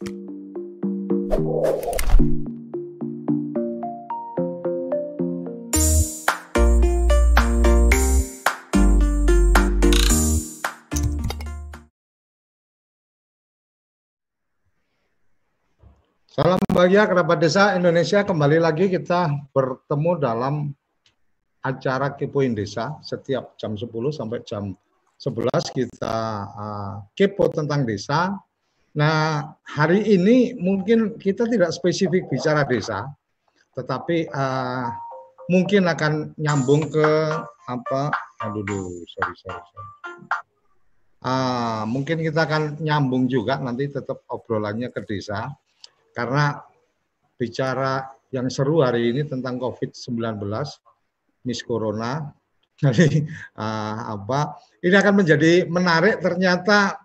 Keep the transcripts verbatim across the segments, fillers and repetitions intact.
Salam bahagia kerabat desa Indonesia, kembali lagi kita bertemu dalam acara Kepoin Desa setiap jam sepuluh sampai jam sebelas kita uh, kepo tentang desa. Nah, hari ini mungkin kita tidak spesifik bicara desa, tetapi uh, mungkin akan nyambung ke apa? Aduh, sorry, sorry, sorry. Uh, mungkin kita akan nyambung juga nanti tetap obrolannya ke desa. Karena bicara yang seru hari ini tentang COVID sembilan belas, Miss Corona, jadi uh, apa? Ini akan menjadi menarik. Ternyata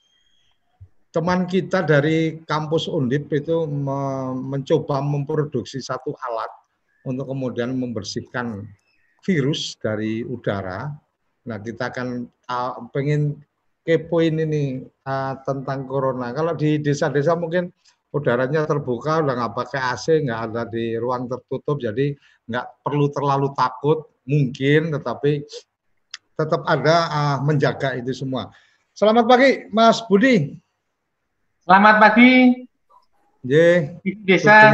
teman kita dari kampus Undip itu me mencoba memproduksi satu alat untuk kemudian membersihkan virus dari udara. Nah, kita akan uh, pengen kepoin ini uh, tentang Corona. Kalau di desa-desa mungkin udaranya terbuka, udah nggak pakai A C, nggak ada di ruang tertutup, jadi nggak perlu terlalu takut mungkin, tetapi tetap ada uh, menjaga itu semua. Selamat pagi, Mas Budi. Selamat pagi. Ye, desa.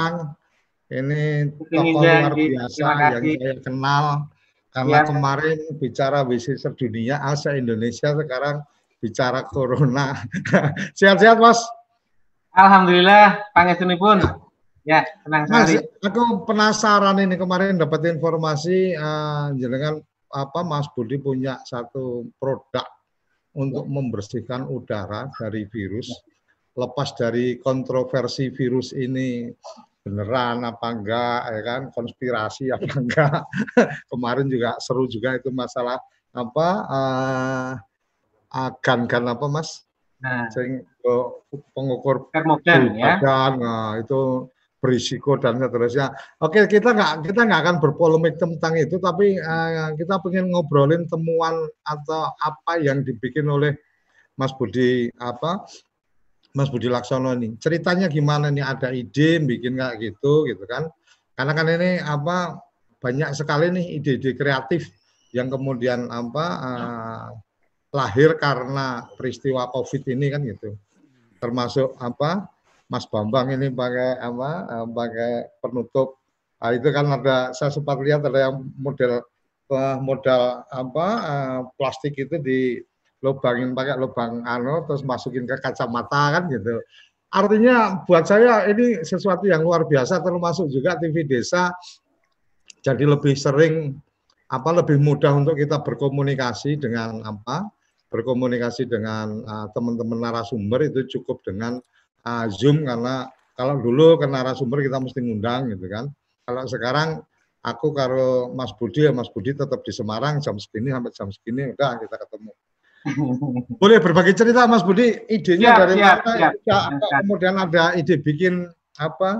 Ini tokoh luar biasa yang saya kenal, karena ya, kemarin bicara bisnis sedunia, Asia Indonesia, sekarang bicara Corona. Sehat-sehat, Mas. Alhamdulillah, pangestunipun. Ya, senang sekali. Mas, aku penasaran ini, kemarin dapat informasi uh, jenengan apa Mas Budi punya satu produk untuk membersihkan udara dari virus. Lepas dari kontroversi virus ini beneran apa enggak, ya kan, konspirasi apa enggak. Kemarin juga seru juga itu masalah apa uh, agan-gan apa, Mas? Nah, sing pengukur termogan ya. Nah, itu berisiko dan seterusnya. Oke, kita nggak kita nggak akan berpolemik tentang itu, tapi uh, kita pengen ngobrolin temuan atau apa yang dibikin oleh Mas Budi apa Mas Budi Laksono ini. Ceritanya gimana nih? Ada ide bikin kayak gitu gitu kan? Karena kan ini apa banyak sekali nih ide-ide kreatif yang kemudian apa uh, lahir karena peristiwa COVID ini kan gitu. Termasuk apa Mas Bambang ini pakai apa uh, pakai penutup. Nah, itu kan ada, saya sempat lihat ada yang model uh, modal apa uh, plastik itu di lubangin pakai lubang ano terus masukin ke kacamata kan gitu. Artinya buat saya ini sesuatu yang luar biasa, termasuk juga T V Desa jadi lebih sering apa lebih mudah untuk kita berkomunikasi dengan apa berkomunikasi dengan teman-teman uh, narasumber itu cukup dengan uh, Zoom, karena kalau dulu ke narasumber kita mesti ngundang gitu kan. Kalau sekarang aku kalau Mas Budi ya Mas Budi tetap di Semarang jam segini sampai jam segini udah kita ketemu. Boleh berbagi cerita Mas Budi, idenya siap, dari siap, mana? Siap, ya, siap. Kemudian ada ide bikin apa?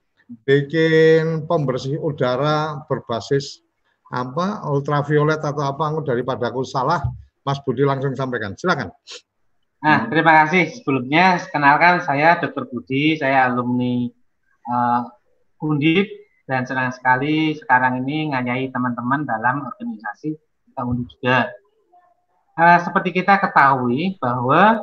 Bikin pembersih udara berbasis apa? Ultraviolet atau apa? Daripada aku salah, Mas Budi langsung sampaikan. Silakan. Nah, terima kasih. Sebelumnya, kenalkan saya Dokter Budi, saya alumni uh, Undip dan senang sekali sekarang ini nganyai teman-teman dalam organisasi kita Undip juga. Uh, seperti kita ketahui bahwa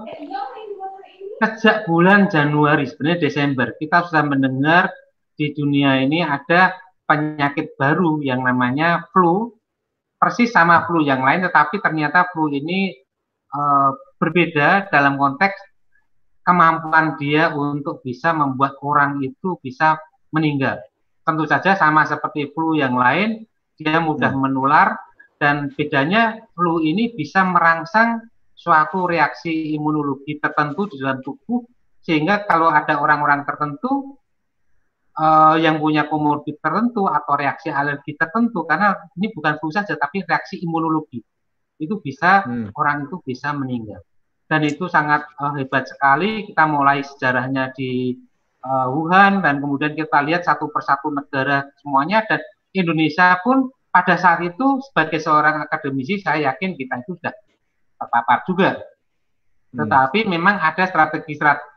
sejak bulan Januari, sebenarnya Desember, kita sudah mendengar di dunia ini ada penyakit baru yang namanya flu, persis sama flu yang lain, tetapi ternyata flu ini uh, berbeda dalam konteks kemampuan dia untuk bisa membuat orang itu bisa meninggal. Tentu saja sama seperti flu yang lain, dia mudah hmm. menular, dan bedanya flu ini bisa merangsang suatu reaksi imunologi tertentu di dalam tubuh, sehingga kalau ada orang-orang tertentu uh, yang punya komorbid tertentu atau reaksi alergi tertentu, karena ini bukan flu saja, tapi reaksi imunologi, itu bisa hmm. orang itu bisa meninggal. Dan itu sangat uh, hebat sekali. Kita mulai sejarahnya di uh, Wuhan, dan kemudian kita lihat satu persatu negara semuanya, dan Indonesia pun pada saat itu sebagai seorang akademisi saya yakin kita itu sudah terpapar juga. Hmm. Tetapi memang ada strategi-strategi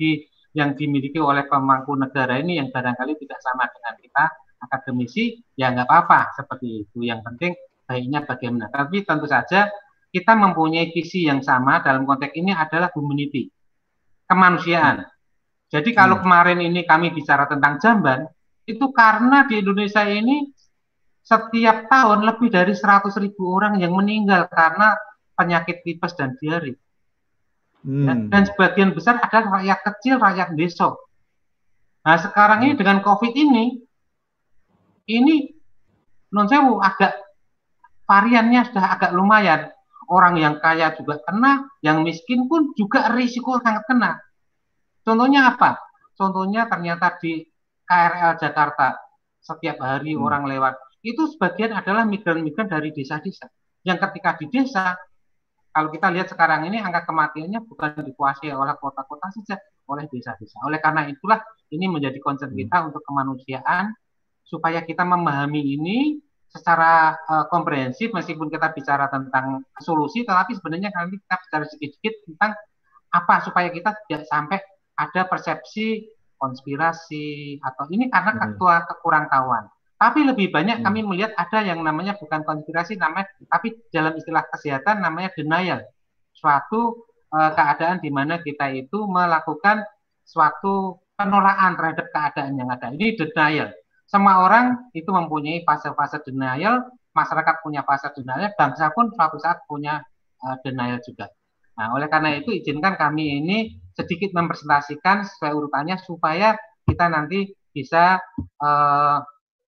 yang dimiliki oleh pemangku negara ini yang barangkali tidak sama dengan kita akademisi, ya nggak apa-apa seperti itu. Yang penting baiknya bagaimana. Tapi tentu saja kita mempunyai visi yang sama dalam konteks ini adalah humanity, kemanusiaan. Jadi kalau kemarin ini kami bicara tentang jamban, itu karena di Indonesia ini setiap tahun lebih dari seratus ribu orang yang meninggal karena penyakit tipes dan diare. Hmm. Ya, dan sebagian besar adalah rakyat kecil, rakyat desa. Nah sekarang ini dengan COVID ini, ini non sewu agak variannya sudah agak lumayan. Orang yang kaya juga kena, yang miskin pun juga risiko sangat kena. Contohnya apa? Contohnya ternyata di K R L Jakarta, setiap hari hmm. orang lewat, itu sebagian adalah migran-migran dari desa-desa. Yang ketika di desa, kalau kita lihat sekarang ini angka kematiannya bukan dikuasai oleh kota-kota saja, oleh desa-desa. Oleh karena itulah ini menjadi concern kita hmm. untuk kemanusiaan, supaya kita memahami ini secara uh, komprehensif, meskipun kita bicara tentang solusi, tetapi sebenarnya nanti kita bicara sedikit-sedikit tentang apa supaya kita tidak sampai ada persepsi konspirasi atau ini karena ketua kekurang tahuan. Tapi lebih banyak kami melihat ada yang namanya bukan konspirasi, namanya, tapi dalam istilah kesehatan namanya denial. Suatu uh, keadaan di mana kita itu melakukan suatu penolakan terhadap keadaan yang ada. Ini denial. Semua orang itu mempunyai fase-fase denial, masyarakat punya fase denial, bangsa pun suatu saat punya uh, denial juga. Nah, oleh karena itu izinkan kami ini sedikit mempresentasikan sesuai urutannya supaya kita nanti bisa uh,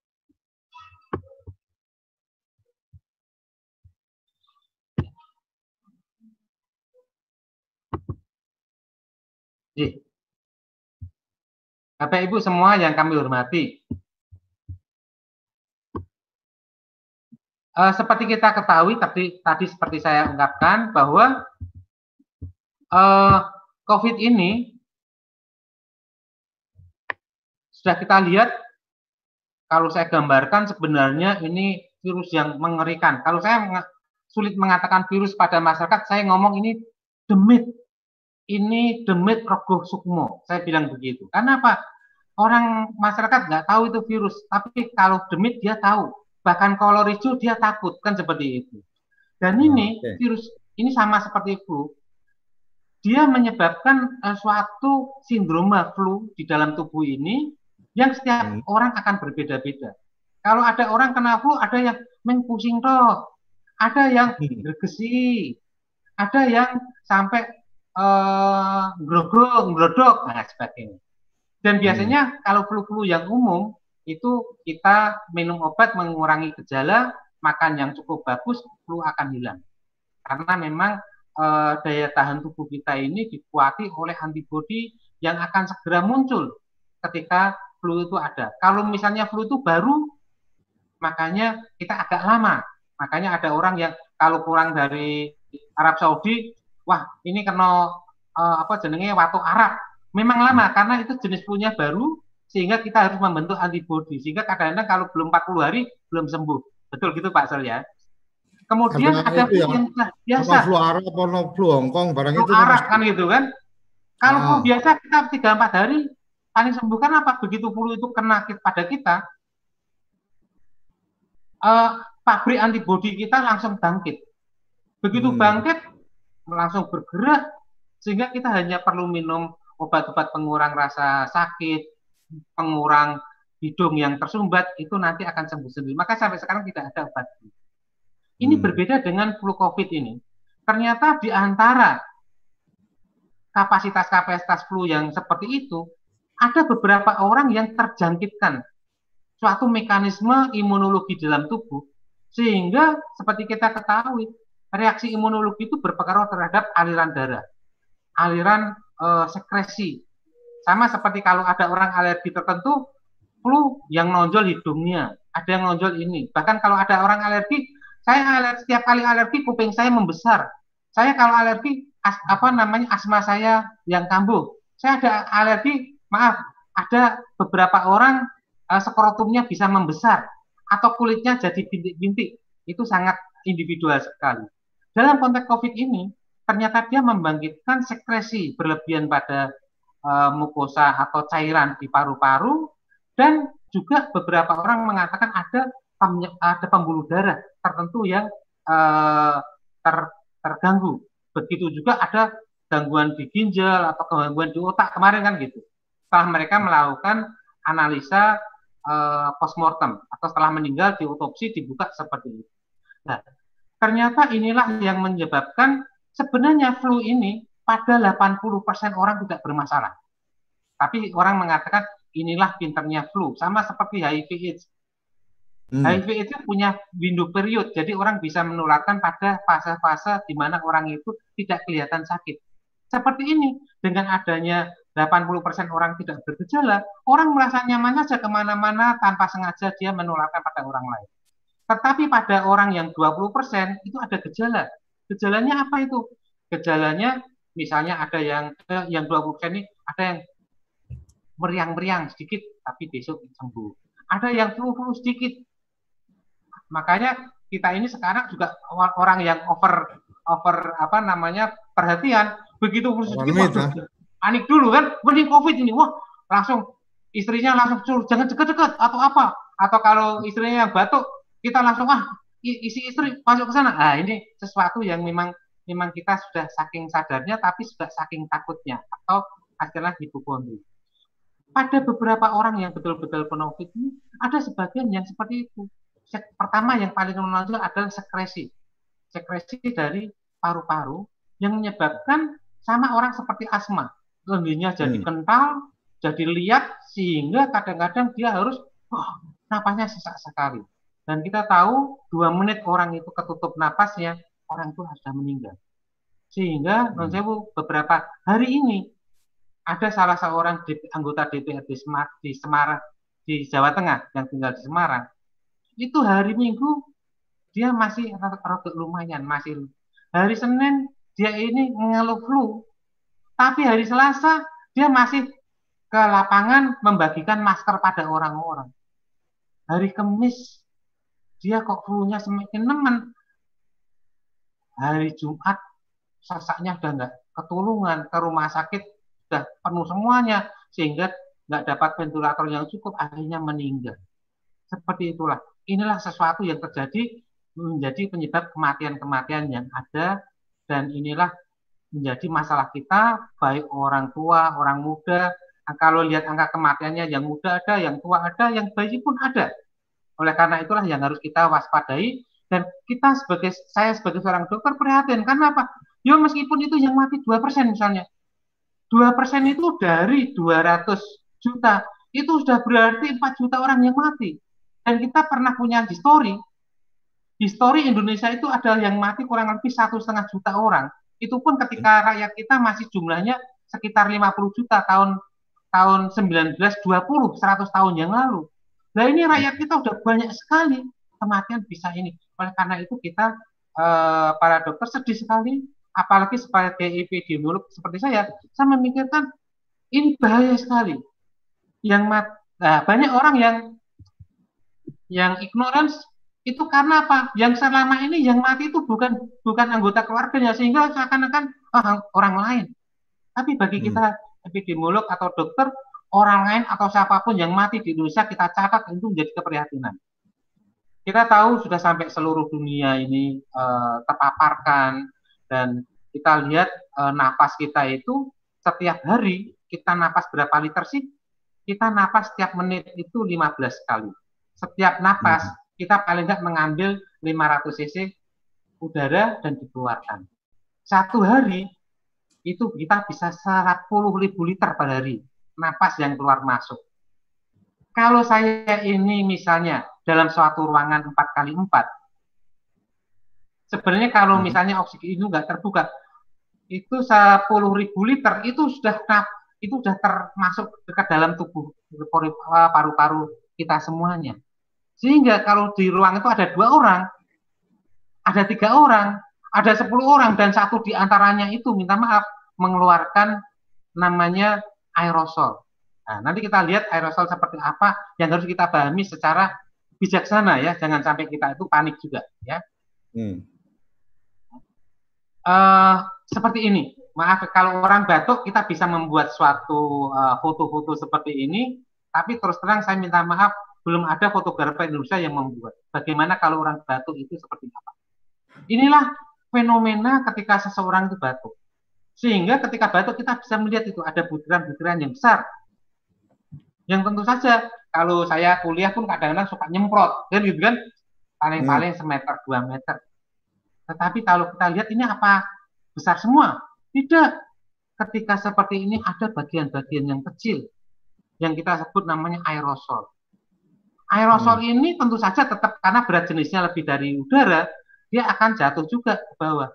Bapak Ibu semua yang kami hormati, uh, seperti kita ketahui tadi, tadi seperti saya ungkapkan bahwa uh, COVID ini sudah kita lihat, kalau saya gambarkan sebenarnya ini virus yang mengerikan. Kalau saya meng sulit mengatakan virus pada masyarakat, saya ngomong ini demit. Ini demit rogoh sukmo, saya bilang begitu. Karena apa? Orang masyarakat nggak tahu itu virus, tapi kalau demit dia tahu. Bahkan kolor hijau dia takut, kan seperti itu. Dan ini okay. virus ini sama seperti flu. Dia menyebabkan uh, suatu sindroma flu di dalam tubuh ini yang setiap hmm. orang akan berbeda-beda. Kalau ada orang kena flu, ada yang mengpusing toh, ada yang bergesi, ada yang sampai Uh, grogro, ngrodok, nah sebagainya. Dan biasanya hmm. kalau flu-flu yang umum itu kita minum obat mengurangi gejala, makan yang cukup bagus, flu akan hilang. Karena memang uh, daya tahan tubuh kita ini dikuati oleh antibodi yang akan segera muncul ketika flu itu ada. Kalau misalnya flu itu baru, makanya kita agak lama. Makanya ada orang yang kalau pulang dari Arab Saudi, wah ini kena uh, apa jenenge watu Arab. Memang lama karena itu jenis flu-nya baru sehingga kita harus membentuk antibodi. Sehingga kadang-kadang kalau belum empat puluh hari belum sembuh. Betul gitu Pak Sel ya. Kemudian karena ada flu yang biasa. Flu Arab atau flu Hongkong barang flu itu Arab kan gitu kan. Kalau ah. flu biasa kita tiga sampai empat hari paling sembuh. Kan apa? Begitu flu itu kena pada kita uh, pabrik antibodi kita langsung bangkit. Begitu hmm. bangkit langsung bergerak sehingga kita hanya perlu minum obat-obat pengurang rasa sakit, pengurang hidung yang tersumbat, itu nanti akan sembuh sendiri. Maka sampai sekarang tidak ada obat. Ini hmm. berbeda dengan flu COVID ini. Ternyata di antara kapasitas-kapasitas flu yang seperti itu, ada beberapa orang yang terjangkitkan suatu mekanisme imunologi dalam tubuh, sehingga seperti kita ketahui, reaksi imunologi itu berpengaruh terhadap aliran darah, aliran e, sekresi. Sama seperti kalau ada orang alergi tertentu, flu yang nonjol hidungnya, ada yang nonjol ini. Bahkan kalau ada orang alergi, saya alergi, setiap kali alergi kuping saya membesar. Saya kalau alergi, as, apa namanya asma saya yang kambuh. Saya ada alergi, maaf, ada beberapa orang e, skrotumnya bisa membesar atau kulitnya jadi bintik-bintik. Itu sangat individual sekali. Dalam konteks COVID ini, ternyata dia membangkitkan sekresi berlebihan pada uh, mukosa atau cairan di paru-paru, dan juga beberapa orang mengatakan ada ada pembuluh darah tertentu yang uh, ter, terganggu. Begitu juga ada gangguan di ginjal atau gangguan di otak kemarin kan gitu. Setelah mereka melakukan analisa uh, postmortem atau setelah meninggal di otopsi dibuka seperti itu. Nah, ternyata inilah yang menyebabkan sebenarnya flu ini pada delapan puluh persen orang tidak bermasalah. Tapi orang mengatakan inilah pinternya flu, sama seperti H I V AIDS. Hmm. H I V itu punya window period, jadi orang bisa menularkan pada fase-fase di mana orang itu tidak kelihatan sakit. Seperti ini, dengan adanya delapan puluh persen orang tidak bergejala, orang merasa nyaman saja kemana-mana tanpa sengaja dia menularkan pada orang lain. Tetapi pada orang yang dua puluh persen itu ada gejala. Gejalanya apa itu? Gejalanya misalnya ada yang eh, yang dua puluh persen ini ada yang meriang-meriang sedikit tapi besok sembuh. Ada yang flu-flu sedikit. Makanya kita ini sekarang juga orang yang over over apa namanya perhatian, begitu flu sedikit waduh, panik dulu kan, mending COVID ini, wah langsung istrinya langsung suruh jangan dekat-dekat atau apa, atau kalau istrinya yang batuk kita langsung ah isi istri masuk ke sana. Nah ini sesuatu yang memang memang kita sudah saking sadarnya tapi sudah saking takutnya atau istilah hipokondri. Pada beberapa orang yang betul-betul COVID ini ada sebagian yang seperti itu. Pertama yang paling menonjol adalah sekresi, sekresi dari paru-paru yang menyebabkan sama orang seperti asma, lendirnya jadi hmm. kental, jadi liat, sehingga kadang-kadang dia harus, oh, napasnya sesak sekali. Dan kita tahu dua menit orang itu ketutup napasnya, orang itu sudah meninggal. Sehingga hmm. menurut beberapa hari ini ada salah seorang anggota D P R D di Semarang, di Jawa Tengah yang tinggal di Semarang. Itu hari Minggu dia masih rada lumayan, masih hari Senin dia ini mengeluh flu, tapi hari Selasa dia masih ke lapangan membagikan masker pada orang-orang. Hari Kamis dia kok flu-nya semakin nemen. Hari Jumat sesaknya udah nggak ketulungan, ke rumah sakit sudah penuh semuanya sehingga nggak dapat ventilator yang cukup, akhirnya meninggal. Seperti itulah. Inilah sesuatu yang terjadi menjadi penyebab kematian-kematian yang ada, dan inilah menjadi masalah kita, baik orang tua, orang muda. Kalau lihat angka kematiannya, yang muda ada, yang tua ada, yang bayi pun ada. Oleh karena itulah yang harus kita waspadai, dan kita sebagai saya sebagai seorang dokter prihatin. Karena apa? Ya meskipun itu yang mati dua persen misalnya. dua persen itu dari dua ratus juta, itu sudah berarti empat juta orang yang mati. Dan kita pernah punya histori, histori Indonesia itu ada yang mati kurang lebih satu setengah juta orang. Itu pun ketika rakyat kita masih jumlahnya sekitar lima puluh juta tahun tahun sembilan belas dua puluh, seratus tahun yang lalu. Nah ini rakyat kita udah banyak sekali kematian bisa ini. Oleh karena itu kita eh, para dokter sedih sekali, apalagi sebagai epidemiolog seperti saya, saya memikirkan ini bahaya sekali. Yang mat, nah, banyak orang yang yang ignorance itu karena apa? Yang selama ini yang mati itu bukan bukan anggota keluarganya, sehingga seakan-akan oh, orang lain. Tapi bagi hmm. kita epidemiolog atau dokter, orang lain atau siapapun yang mati di Indonesia kita catat, itu menjadi keprihatinan. Kita tahu sudah sampai seluruh dunia ini uh, terpaparkan, dan kita lihat uh, napas kita itu setiap hari kita napas berapa liter sih? Kita napas setiap menit itu lima belas kali. Setiap napas hmm. kita paling nggak mengambil lima ratus cc udara dan dikeluarkan. Satu hari itu kita bisa sepuluh ribu liter per hari napas yang keluar masuk. Kalau saya ini misalnya dalam suatu ruangan empat kali empat, sebenarnya kalau hmm. misalnya oksigen itu nggak terbuka, itu sepuluh ribu liter itu sudah itu sudah termasuk dekat dalam tubuh paru-paru kita semuanya. Sehingga kalau di ruang itu ada dua orang, ada tiga orang, ada sepuluh orang, dan satu di antaranya itu minta maaf mengeluarkan namanya aerosol. Nah, nanti kita lihat aerosol seperti apa yang harus kita pahami secara bijaksana ya, jangan sampai kita itu panik juga ya. Hmm. Uh, seperti ini. Maaf, kalau orang batuk kita bisa membuat suatu foto-foto uh, seperti ini, tapi terus terang saya minta maaf, belum ada fotografer Indonesia yang membuat. Bagaimana kalau orang batuk itu seperti apa? Inilah fenomena ketika seseorang itu batuk. Sehingga ketika batuk kita bisa melihat itu ada butiran-butiran yang besar. Yang tentu saja kalau saya kuliah pun kadang-kadang suka nyemprot, kan gitu kan? Paling-paling semeter, dua meter. Tetapi kalau kita lihat ini apa besar semua? Tidak. Ketika seperti ini ada bagian-bagian yang kecil yang kita sebut namanya aerosol. Aerosol hmm. ini tentu saja tetap karena berat jenisnya lebih dari udara, dia akan jatuh juga ke bawah.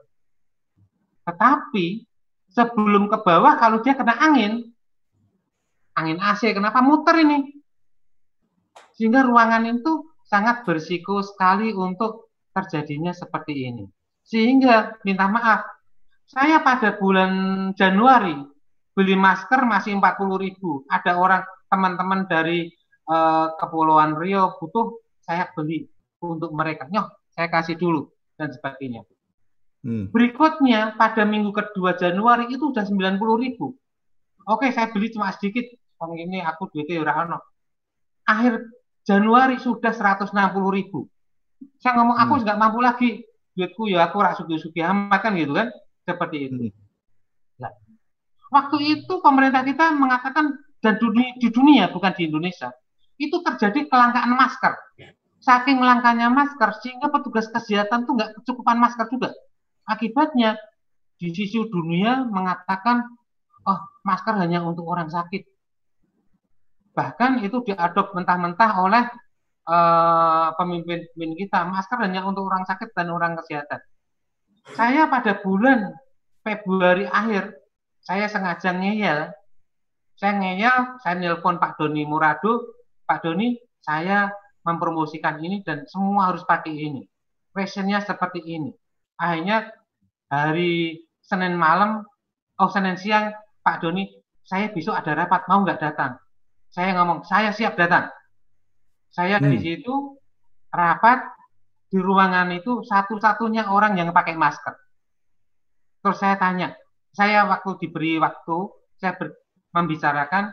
Tetapi sebelum ke bawah kalau dia kena angin, angin A C, kenapa muter ini? Sehingga ruangan itu sangat berisiko sekali untuk terjadinya seperti ini. Sehingga minta maaf, saya pada bulan Januari beli masker masih empat puluh ribu. Ada orang teman-teman dari uh, Kepulauan Riau butuh, saya beli untuk mereka. Nyoh, saya kasih dulu dan sebagainya. Hmm. Berikutnya pada minggu kedua Januari itu udah sembilan puluh ribu. Oke, saya beli cuma sedikit. Oh, ini aku duitnya ora ono. Akhir Januari sudah seratus enam puluh ribu. Saya ngomong aku nggak hmm. mampu lagi. Duitku ya aku rak sugi-sugi amat kan gitu kan. Seperti itu. Nah, waktu itu pemerintah kita mengatakan, dan dunia, di dunia bukan di Indonesia, itu terjadi kelangkaan masker. Saking langkanya masker sehingga petugas kesehatan tuh nggak kecukupan masker juga. Akibatnya di sisi dunia mengatakan, oh masker hanya untuk orang sakit. Bahkan itu diadop mentah-mentah oleh uh, pemimpin-pemimpin kita, masker hanya untuk orang sakit dan orang kesehatan. Saya pada bulan Februari akhir, saya sengaja ngeyel. Saya ngeyel, saya nelpon Pak Doni Murado, Pak Doni, saya mempromosikan ini dan semua harus pakai ini. Fashionnya seperti ini. Akhirnya hari Senin malam, oh Senin siang, Pak Doni, saya besok ada rapat, mau nggak datang? Saya ngomong, saya siap datang. Saya hmm. di situ rapat, di ruangan itu satu-satunya orang yang pakai masker. Terus saya tanya, saya waktu diberi waktu, saya ber, membicarakan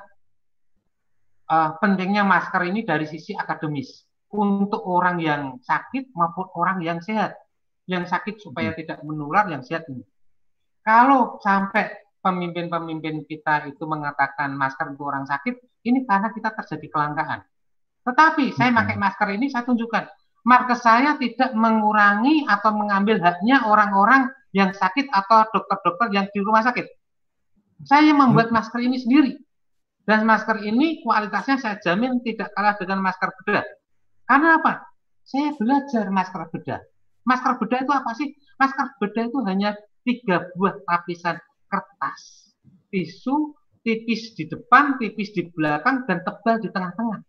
uh, pentingnya masker ini dari sisi akademis. Untuk orang yang sakit maupun orang yang sehat. Yang sakit supaya hmm. tidak menular, yang sehat ini. Kalau sampai pemimpin-pemimpin kita itu mengatakan masker untuk orang sakit, ini karena kita terjadi kelangkaan. Tetapi saya pakai masker ini, saya tunjukkan. Market saya tidak mengurangi atau mengambil haknya orang-orang yang sakit atau dokter-dokter yang di rumah sakit. Saya membuat masker ini sendiri. Dan masker ini kualitasnya saya jamin tidak kalah dengan masker bedah. Karena apa? Saya belajar masker bedah. Masker bedah itu apa sih? Masker bedah itu hanya tiga buah lapisan kertas. Tisu, tipis di depan, tipis di belakang, dan tebal di tengah-tengah.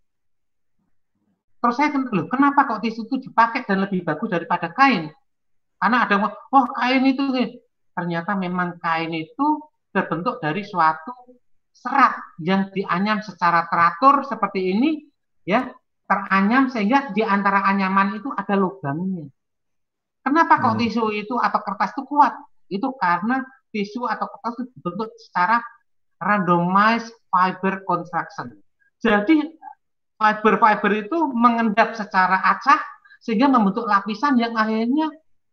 Terus saya loh, kenapa kok tisu itu dipakai dan lebih bagus daripada kain? Karena ada yang oh kain itu, ternyata memang kain itu terbentuk dari suatu serat yang dianyam secara teratur seperti ini, ya teranyam sehingga di antara anyaman itu ada lubangnya. Kenapa kok hmm. tisu itu atau kertas itu kuat? Itu karena tisu atau kertas itu dibentuk secara randomized fiber construction. Jadi fiber-fiber itu mengendap secara acak sehingga membentuk lapisan yang akhirnya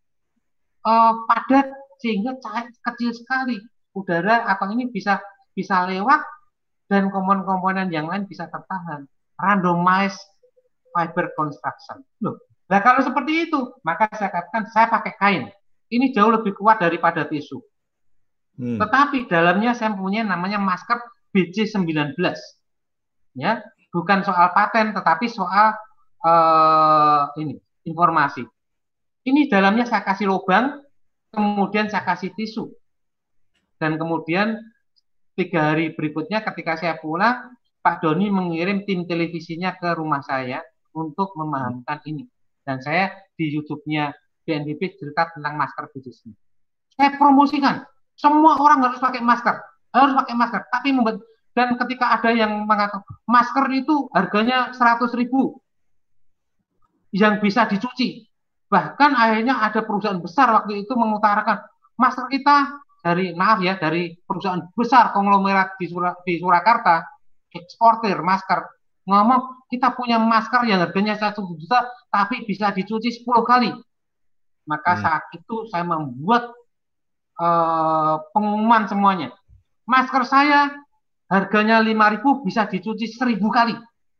uh, padat sehingga cair kecil sekali udara atau ini bisa bisa lewat dan komponen-komponen yang lain bisa tertahan. Randomized fiber construction. Loh, nah kalau seperti itu maka saya katakan saya pakai kain. Ini jauh lebih kuat daripada tisu. Hmm. Tetapi dalamnya saya punya namanya masker B C sembilan belas. Ya. Bukan soal paten, tetapi soal uh, ini informasi. Ini dalamnya saya kasih lubang, kemudian saya kasih tisu. Dan kemudian tiga hari berikutnya ketika saya pulang, Pak Doni mengirim tim televisinya ke rumah saya untuk memahamkan ini. Dan saya di YouTube-nya B N P B cerita tentang masker B C S. Saya promosikan, semua orang harus pakai masker, harus pakai masker. Tapi membuat dan ketika ada yang mengatakan masker itu harganya seratus ribu yang bisa dicuci. Bahkan akhirnya ada perusahaan besar waktu itu mengutarakan masker kita dari maaf ya dari perusahaan besar konglomerat di, Sur di Surakarta, eksportir masker, ngomong kita punya masker yang harganya satu juta tapi bisa dicuci sepuluh kali. Maka hmm. saat itu saya membuat uh, pengumuman semuanya. Masker saya harganya lima ribu bisa dicuci seribu kali.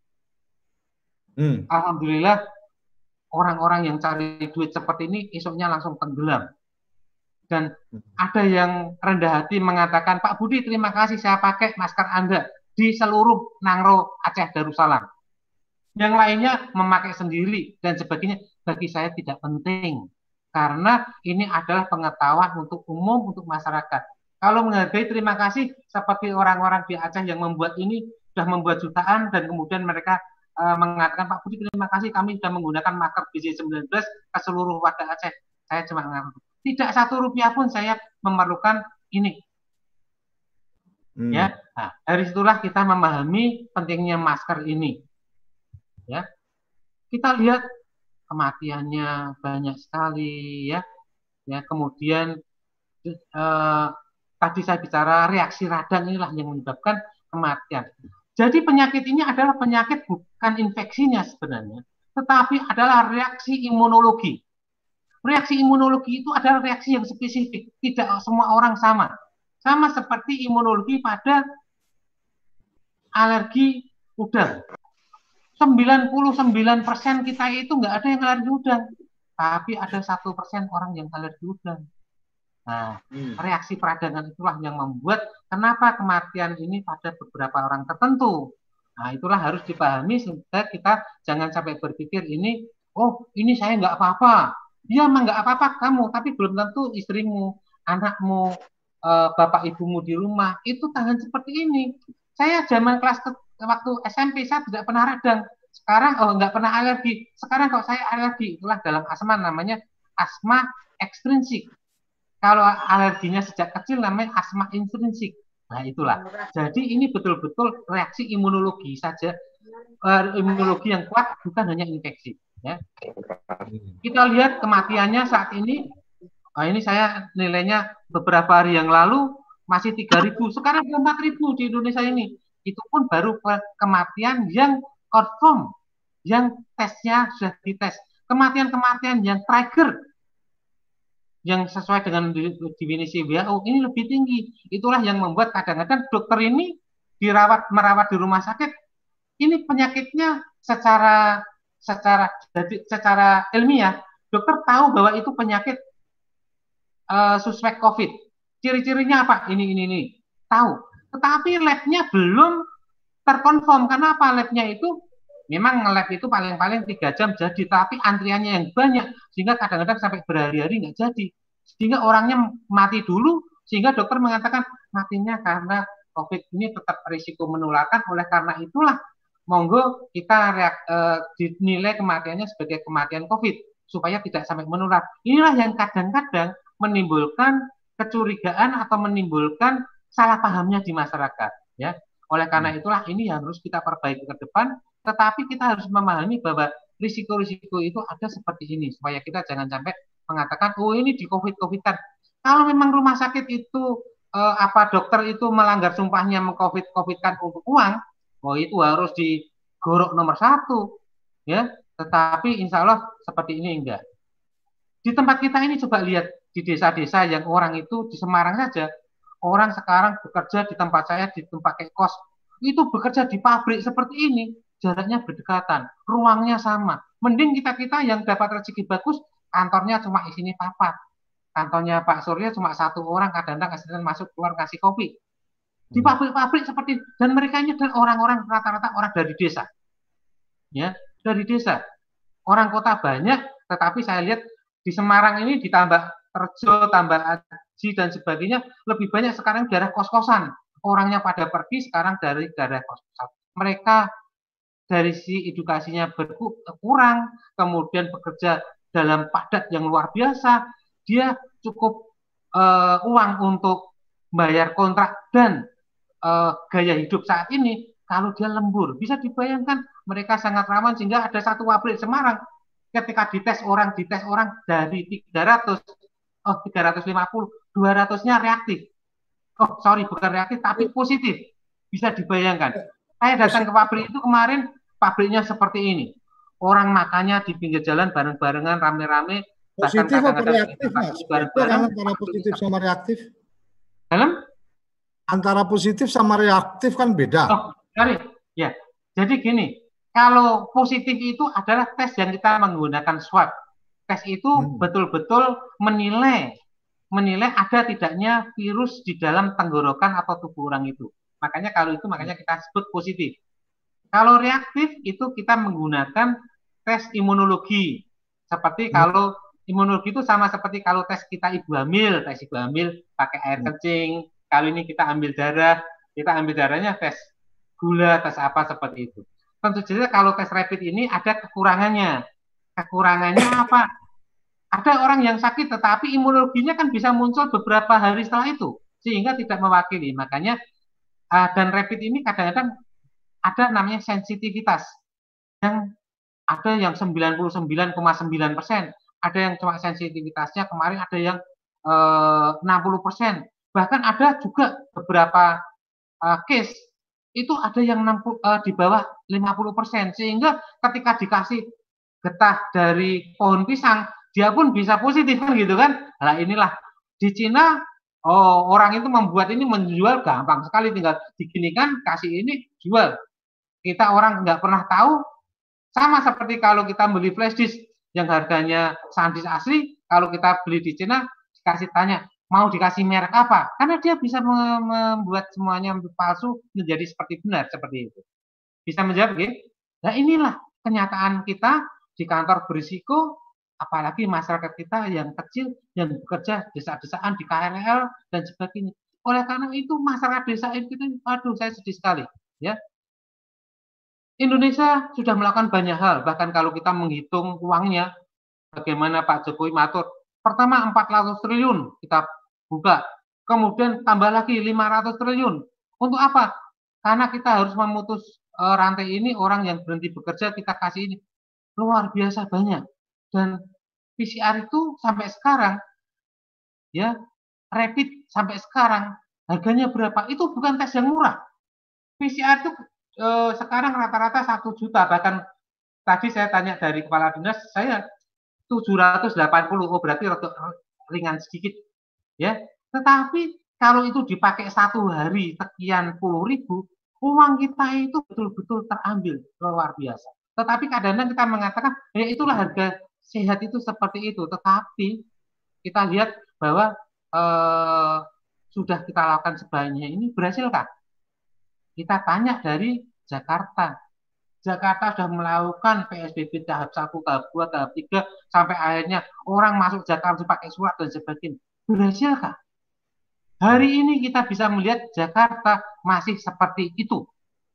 Hmm. Alhamdulillah orang-orang yang cari duit seperti ini esoknya langsung tenggelam. Dan ada yang rendah hati mengatakan, Pak Budi terima kasih saya pakai masker Anda di seluruh Nangro Aceh Darussalam. Yang lainnya memakai sendiri dan sebagainya. Bagi saya tidak penting. Karena ini adalah pengetahuan untuk umum, untuk masyarakat. Kalau menghargai terima kasih seperti orang-orang di Aceh yang membuat ini, sudah membuat jutaan dan kemudian mereka uh, mengatakan, Pak Budi terima kasih kami sudah menggunakan masker B C sembilan belas ke seluruh warga Aceh. Saya cuma mengatakan, tidak satu rupiah pun saya memerlukan ini. Hmm. Ya, nah, dari situlah kita memahami pentingnya masker ini. Ya, kita lihat kematiannya banyak sekali, ya. Ya, kemudian eh, tadi saya bicara reaksi radang inilah yang menyebabkan kematian. Jadi penyakit ini adalah penyakit bukan infeksinya sebenarnya, tetapi adalah reaksi imunologi. Reaksi imunologi itu adalah reaksi yang spesifik, tidak semua orang sama. Sama seperti imunologi pada alergi udang. sembilan puluh sembilan persen kita itu nggak ada yang alergi udang, tapi ada satu persen orang yang alergi udang. Nah, hmm. reaksi peradangan itulah yang membuat kenapa kematian ini pada beberapa orang tertentu. Nah, itulah harus dipahami sehingga kita jangan sampai berpikir ini, oh ini saya nggak apa-apa. Ya emang nggak apa-apa kamu, tapi belum tentu istrimu, anakmu, eh, bapak ibumu di rumah itu tahan seperti ini. Saya zaman kelas waktu S M P saya tidak pernah radang. Sekarang oh nggak pernah alergi. Sekarang kalau saya alergi, itulah dalam asma namanya asma ekstrinsik. Kalau alerginya sejak kecil namanya asma intrinsik. Nah itulah. Jadi ini betul-betul reaksi imunologi saja, uh, imunologi yang kuat, bukan hanya infeksi. Ya. Kita lihat kematiannya saat ini. Nah, ini saya nilainya beberapa hari yang lalu masih tiga ribu, sekarang empat ribu di Indonesia ini. Itu pun baru kematian yang confirm, yang tesnya sudah dites. Kematian-kematian yang trigger, yang sesuai dengan definisi W H O ini lebih tinggi. Itulah yang membuat kadang-kadang dokter ini dirawat merawat di rumah sakit. Ini penyakitnya secara secara jadi secara ilmiah dokter tahu bahwa itu penyakit uh, suspek COVID. Ciri-cirinya apa? Ini ini ini tahu. Tetapi labnya belum terkonfirm. Kenapa? Labnya itu memang lab itu paling-paling tiga jam jadi, tapi antriannya yang banyak sehingga kadang-kadang sampai berhari-hari nggak jadi. Sehingga orangnya mati dulu, sehingga dokter mengatakan matinya karena COVID ini tetap risiko menularkan. Oleh karena itulah monggo kita reak, eh, dinilai kematiannya sebagai kematian COVID supaya tidak sampai menular. Inilah yang kadang-kadang menimbulkan kecurigaan atau menimbulkan salah pahamnya di masyarakat. Ya, oleh karena itulah ini yang harus kita perbaiki ke depan. Tetapi kita harus memahami bahwa risiko-risiko itu ada seperti ini supaya kita jangan sampai mengatakan oh ini di COVID-COVID-kan. Kalau memang rumah sakit itu eh, apa dokter itu melanggar sumpahnya meng-COVID-COVID-kan untuk uang, oh itu harus digorok nomor satu, ya. Tetapi insya Allah seperti ini enggak. Di tempat kita ini coba lihat di desa-desa yang orang itu di Semarang saja, orang sekarang bekerja di tempat saya di tempat kayak kos itu bekerja di pabrik seperti ini, jaraknya berdekatan, ruangnya sama. Mending kita-kita yang dapat rezeki bagus, kantornya cuma isinya papat. Kantornya Pak Surya cuma satu orang, kadang-kadang asisten masuk keluar kasih kopi. Di pabrik-pabrik seperti dan mereka ini adalah orang-orang rata-rata orang dari desa, ya dari desa. Orang kota banyak, tetapi saya lihat di Semarang ini ditambah Terjo, tambah Aji dan sebagainya lebih banyak sekarang daerah kos-kosan. Orangnya pada pergi sekarang dari daerah kos-kosan. Mereka dari si edukasinya berkurang, kemudian bekerja dalam padat yang luar biasa. Dia cukup uh, uang untuk bayar kontrak dan Uh, gaya hidup saat ini, kalau dia lembur, bisa dibayangkan mereka sangat rawan sehingga ada satu pabrik Semarang ketika dites orang, dites orang dari tiga ratus, oh tiga ratus lima puluh, dua ratusnya reaktif. Oh, sorry, bukan reaktif, tapi positif. Bisa dibayangkan. Saya datang ke pabrik itu kemarin, pabriknya seperti ini. Orang makannya di pinggir jalan bareng-barengan, rame-rame, bahkan Positif apa kadang-kadang reaktif, Mas? Beda bareng-bareng. kan antara positif sama reaktif? Dalam? Antara positif sama reaktif kan beda. Oh, sorry. Ya, jadi gini, kalau positif itu adalah tes yang kita menggunakan swab. Tes itu betul-betul hmm. menilai menilai ada tidaknya virus di dalam tenggorokan atau tubuh orang itu. Makanya kalau itu makanya kita sebut positif. Kalau reaktif itu kita menggunakan tes imunologi. Seperti hmm. kalau imunologi itu sama seperti kalau tes kita ibu hamil, tes ibu hamil pakai air kencing. Kali ini kita ambil darah, kita ambil darahnya tes gula, tes apa seperti itu. Tentu saja kalau tes rapid ini ada kekurangannya. Kekurangannya apa? Ada orang yang sakit tetapi imunologinya kan bisa muncul beberapa hari setelah itu sehingga tidak mewakili. Makanya uh, dan rapid ini kadang-kadang ada namanya sensitivitas yang ada yang sembilan puluh sembilan koma sembilan persen, ada yang cuma sensitivitasnya kemarin ada yang uh, enam puluh persen, bahkan ada juga beberapa uh, case itu ada yang enam puluh, uh, di bawah lima puluh persen, sehingga ketika dikasih getah dari pohon pisang dia pun bisa positif kan gitu kan. Nah inilah di Cina oh, orang itu membuat ini menjual gampang sekali, tinggal diginikan kasih ini jual. Kita orang nggak pernah tahu, sama seperti kalau kita beli flash disk yang harganya SanDisk asli, kalau kita beli di Cina dikasih tanya mau dikasih merek apa, karena dia bisa membuat semuanya palsu menjadi seperti benar seperti itu. Bisa menjawab gitu? Nah inilah kenyataan kita di kantor berisiko, apalagi masyarakat kita yang kecil yang bekerja desa-desaan di K R L dan sebagainya. Oleh karena itu masyarakat desa itu, aduh saya sedih sekali, ya. Indonesia sudah melakukan banyak hal, bahkan kalau kita menghitung uangnya, bagaimana Pak Jokowi matur, pertama empat ratus triliun kita buka, kemudian tambah lagi lima ratus triliun. Untuk apa? Karena kita harus memutus uh, rantai ini, orang yang berhenti bekerja kita kasih ini. Luar biasa banyak. Dan P C R itu sampai sekarang, ya, rapid sampai sekarang, harganya berapa? Itu bukan tes yang murah. P C R itu eh, sekarang rata-rata satu juta, bahkan tadi saya tanya dari kepala dinas, saya tujuh ratus delapan puluh, oh berarti ringan sedikit, ya. Tetapi kalau itu dipakai satu hari sekian puluh ribu, uang kita itu betul-betul terambil, luar biasa. Tetapi kadang-kadang kita mengatakan, ya itulah harga sehat itu seperti itu. Tetapi kita lihat bahwa eh, sudah kita lakukan sebanyak ini, berhasilkah? Kita tanya dari Jakarta. Jakarta sudah melakukan P S B B tahap satu, tahap dua, tahap tiga, sampai akhirnya orang masuk Jakarta pakai surat dan sebagainya. Berhasilkah? Hari ini kita bisa melihat Jakarta masih seperti itu.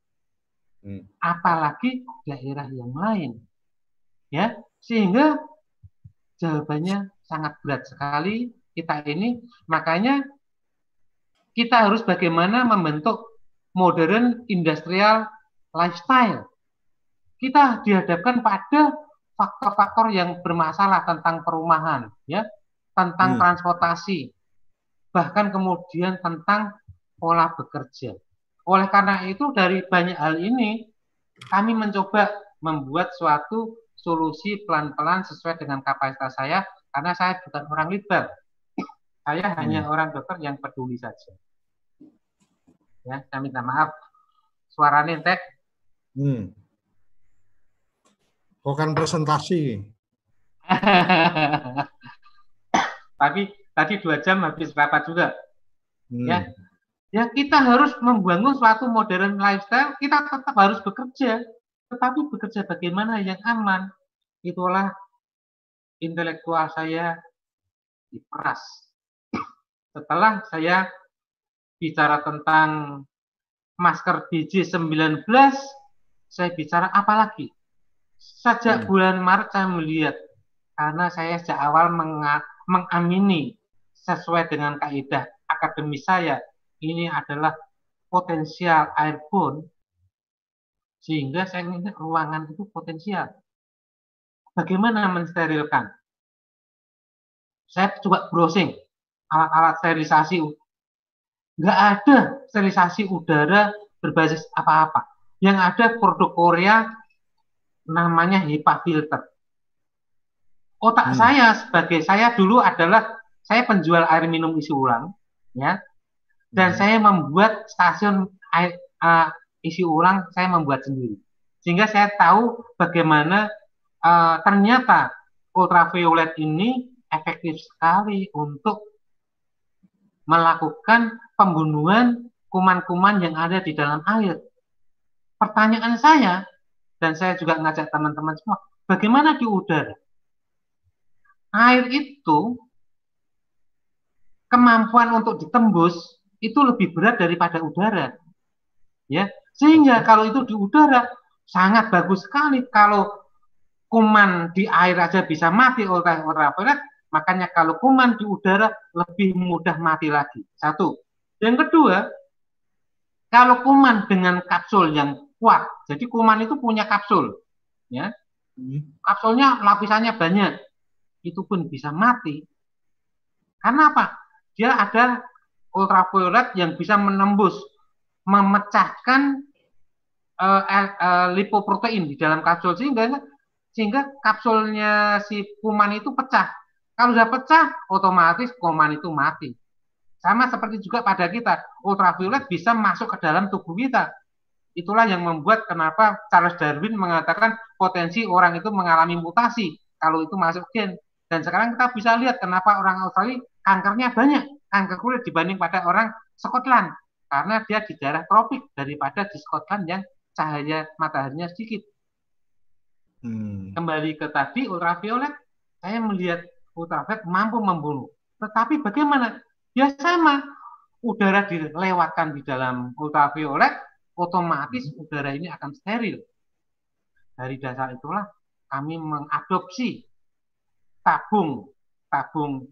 Apalagi daerah yang lain. Ya, sehingga jawabannya sangat berat sekali kita ini. Makanya kita harus bagaimana membentuk modern industrial lifestyle. Kita dihadapkan pada faktor-faktor yang bermasalah tentang perumahan, ya, tentang hmm. transportasi, bahkan kemudian tentang pola bekerja. Oleh karena itu dari banyak hal ini kami mencoba membuat suatu solusi pelan-pelan sesuai dengan kapasitas saya, karena saya bukan orang liberal. Saya hmm. hanya orang dokter yang peduli saja. Ya, saya minta maaf. Suaranya entek. Hmm. Bukan presentasi. Tapi tadi dua jam habis rapat juga. Hmm. Ya, ya kita harus membangun suatu modern lifestyle. Kita tetap harus bekerja. Tetapi bekerja bagaimana yang aman, itulah intelektual saya diperas. Setelah saya bicara tentang masker B J sembilan belas, saya bicara apa lagi? Sejak hmm. bulan Maret saya melihat, karena saya sejak awal mengamini sesuai dengan kaidah akademis saya, ini adalah potensial airborne. Sehingga saya ingin ruangan itu potensial. Bagaimana mensterilkan? Saya coba browsing. alat-alat sterilisasi. Nggak ada sterilisasi udara berbasis apa-apa. Yang ada produk Korea namanya HEPA filter. Otak hmm. saya sebagai saya dulu adalah saya penjual air minum isi ulang, ya, dan hmm. saya membuat stasiun air uh, isi ulang saya membuat sendiri, sehingga saya tahu bagaimana uh, ternyata ultraviolet ini efektif sekali untuk melakukan pembunuhan kuman-kuman yang ada di dalam air. Pertanyaan saya, dan saya juga ngajak teman-teman semua, bagaimana di udara? Air itu kemampuan untuk ditembus itu lebih berat daripada udara, ya. Sehingga kalau itu di udara sangat bagus sekali. Kalau kuman di air aja bisa mati oleh ultraviolet, makanya kalau kuman di udara lebih mudah mati lagi. Satu. Yang kedua, kalau kuman dengan kapsul yang kuat, jadi kuman itu punya kapsul, ya. Kapsulnya lapisannya banyak, itu pun bisa mati. Karena apa? Dia ada ultraviolet yang bisa menembus, memecahkan uh, uh, lipoprotein di dalam kapsul, sehingga sehingga kapsulnya si kuman itu pecah. Kalau sudah pecah, otomatis kuman itu mati. Sama seperti juga pada kita, ultraviolet bisa masuk ke dalam tubuh kita. Itulah yang membuat kenapa Charles Darwin mengatakan potensi orang itu mengalami mutasi kalau itu masuk gen. Dan sekarang kita bisa lihat kenapa orang Australia kankernya banyak, kanker kulit dibanding pada orang Scotland, karena dia di daerah tropik daripada di Scotland yang cahaya mataharinya sedikit. Hmm. Kembali ke tadi ultraviolet, saya melihat ultraviolet mampu membunuh. Tetapi bagaimana? Ya sama, udara dilewatkan di dalam ultraviolet, otomatis udara ini akan steril. Dari dasar itulah kami mengadopsi tabung tabung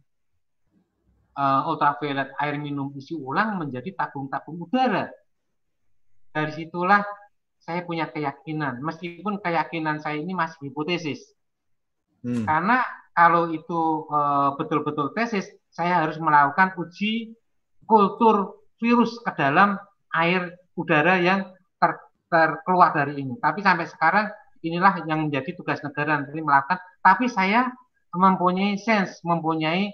uh, ultraviolet air minum isi ulang menjadi tabung-tabung udara. Dari situlah saya punya keyakinan, meskipun keyakinan saya ini masih hipotesis. Hmm. Karena kalau itu betul-betul uh, tesis, saya harus melakukan uji kultur virus ke dalam air udara yang ter, terkeluar dari ini. Tapi sampai sekarang inilah yang menjadi tugas negara nanti melakukan. Tapi saya mempunyai sense, mempunyai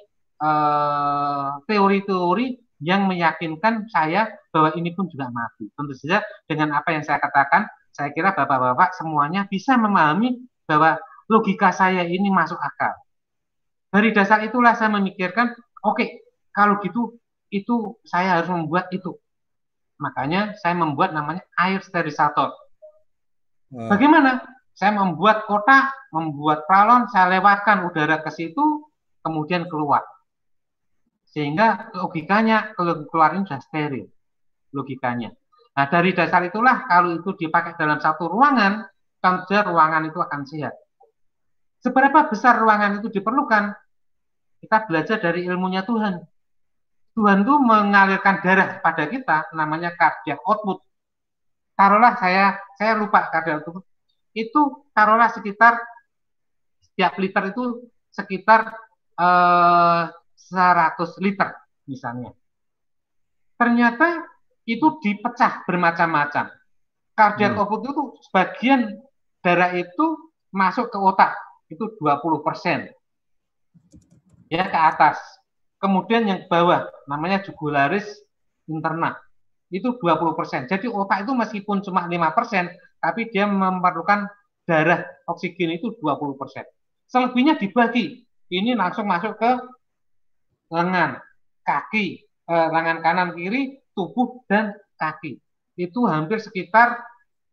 teori-teori uh, yang meyakinkan saya bahwa ini pun juga mati. Tentu saja dengan apa yang saya katakan, saya kira bapak-bapak semuanya bisa memahami bahwa logika saya ini masuk akal. Dari dasar itulah saya memikirkan, oke, okay, kalau gitu, itu saya harus membuat itu. Makanya saya membuat namanya air sterilisator. Bagaimana? Saya membuat kotak, membuat pralon, saya lewatkan udara ke situ, kemudian keluar. Sehingga logikanya keluar ini sudah steril. Logikanya. Nah, dari dasar itulah kalau itu dipakai dalam satu ruangan, tentu ruangan itu akan sehat. Seberapa besar ruangan itu diperlukan? Kita belajar dari ilmunya Tuhan. Tuhan itu mengalirkan darah pada kita, namanya cardiac output. Taruhlah saya, saya lupa cardiac output. Itu taruhlah sekitar setiap liter itu sekitar eh, seratus liter misalnya. Ternyata itu dipecah bermacam-macam. Cardiac hmm. output itu sebagian darah itu masuk ke otak, itu dua puluh persen. Ya, ke atas. Kemudian yang bawah namanya jugularis interna. Itu dua puluh persen. Jadi otak itu meskipun cuma lima persen, tapi dia memerlukan darah oksigen itu dua puluh persen. Selebihnya dibagi. Ini langsung masuk ke lengan, kaki, eh, lengan kanan kiri, tubuh dan kaki. Itu hampir sekitar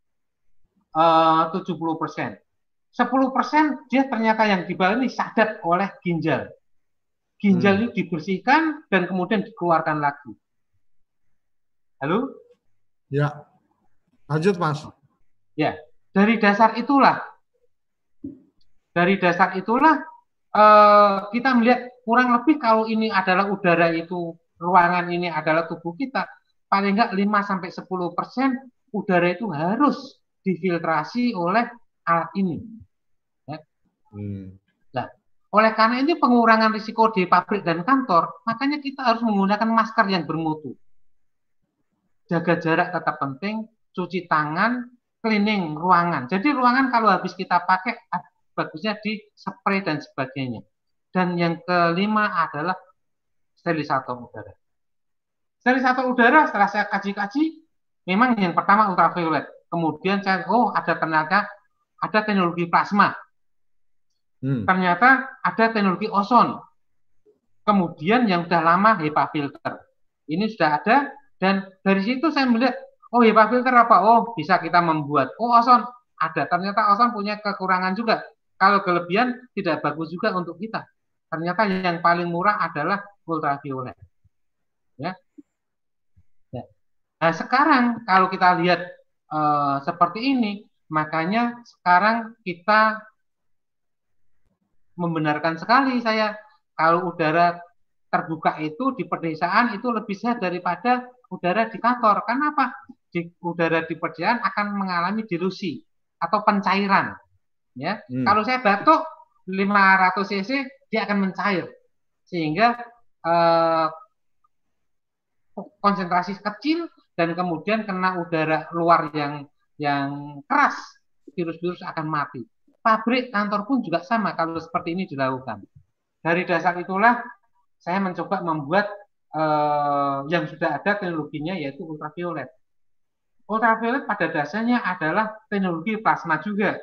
eh, tujuh puluh persen. sepuluh persen dia ternyata yang di bawah ini sadap oleh ginjal. Ginjal hmm. ini dibersihkan dan kemudian dikeluarkan lagi. Halo? Ya, lanjut Mas. Ya, dari dasar itulah, dari dasar itulah eh, kita melihat kurang lebih kalau ini adalah udara itu, ruangan ini adalah tubuh kita, paling enggak lima sampai sepuluh persen udara itu harus difiltrasi oleh alat ini. Ya. Hmm. Nah, Oleh karena ini pengurangan risiko di pabrik dan kantor, makanya kita harus menggunakan masker yang bermutu. Jaga jarak tetap penting, cuci tangan, cleaning ruangan. Jadi ruangan kalau habis kita pakai, bagusnya di spray dan sebagainya. Dan yang kelima adalah sterilisator udara. Sterilisator udara setelah saya kaji-kaji, memang yang pertama ultraviolet. Kemudian saya, oh ada ternyata ada teknologi plasma. Hmm. Ternyata ada teknologi ozon. Kemudian yang sudah lama HEPA filter. Ini sudah ada, dan dari situ saya melihat, oh HEPA filter apa? Oh bisa kita membuat. Oh ozon ada. Ternyata ozon punya kekurangan juga. Kalau kelebihan tidak bagus juga untuk kita. Ternyata yang paling murah adalah ultraviolet. Ya. Ya. Nah sekarang kalau kita lihat uh, seperti ini, makanya sekarang kita membenarkan sekali saya kalau udara terbuka itu di pedesaan itu lebih sehat daripada udara di kantor. Kenapa? Di, udara di pedesaan akan mengalami dilusi atau pencairan. Ya, hmm. Kalau saya batuk lima ratus cc dia akan mencair sehingga eh, konsentrasi kecil dan kemudian kena udara luar yang yang keras, virus-virus akan mati. Pabrik, kantor pun juga sama kalau seperti ini dilakukan. Dari dasar itulah saya mencoba membuat eh, yang sudah ada teknologinya yaitu ultraviolet. Ultraviolet pada dasarnya adalah teknologi plasma juga.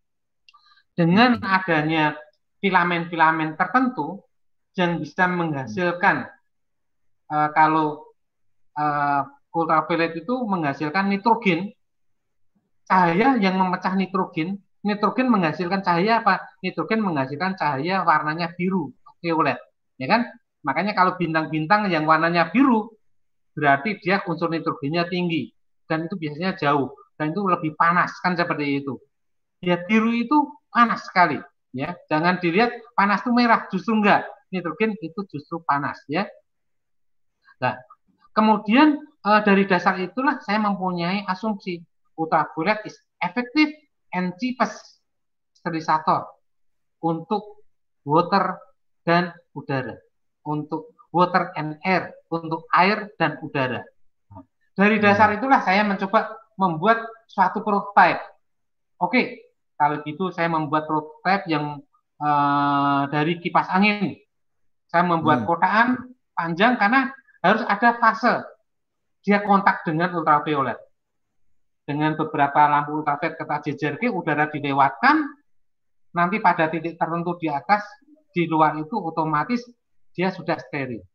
Dengan adanya filamen-filamen tertentu yang bisa menghasilkan eh, kalau eh, ultraviolet itu menghasilkan nitrogen, cahaya yang memecah nitrogen. Nitrogen menghasilkan cahaya apa? Nitrogen menghasilkan cahaya warnanya biru, violet, ya kan? Makanya kalau bintang-bintang yang warnanya biru, berarti dia unsur nitrogennya tinggi, dan itu biasanya jauh, dan itu lebih panas, kan seperti itu. Ya biru itu panas sekali, ya. Jangan dilihat panas itu merah, justru enggak. Nitrogen itu justru panas, ya. Nah, kemudian eh, dari dasar itulah saya mempunyai asumsi ultraviolet is effective and cheapest sterilisator untuk water dan udara, untuk water and air, untuk air dan udara. Dari dasar itulah saya mencoba membuat suatu prototype. Oke, kalau gitu saya membuat prototype yang uh, dari kipas angin. Saya membuat hmm. kotaan panjang karena harus ada fase dia kontak dengan ultraviolet. Dengan beberapa lampu ultraviolet kita jejerke, udara dilewatkan, nanti pada titik tertentu di atas, di luar itu otomatis dia sudah steril.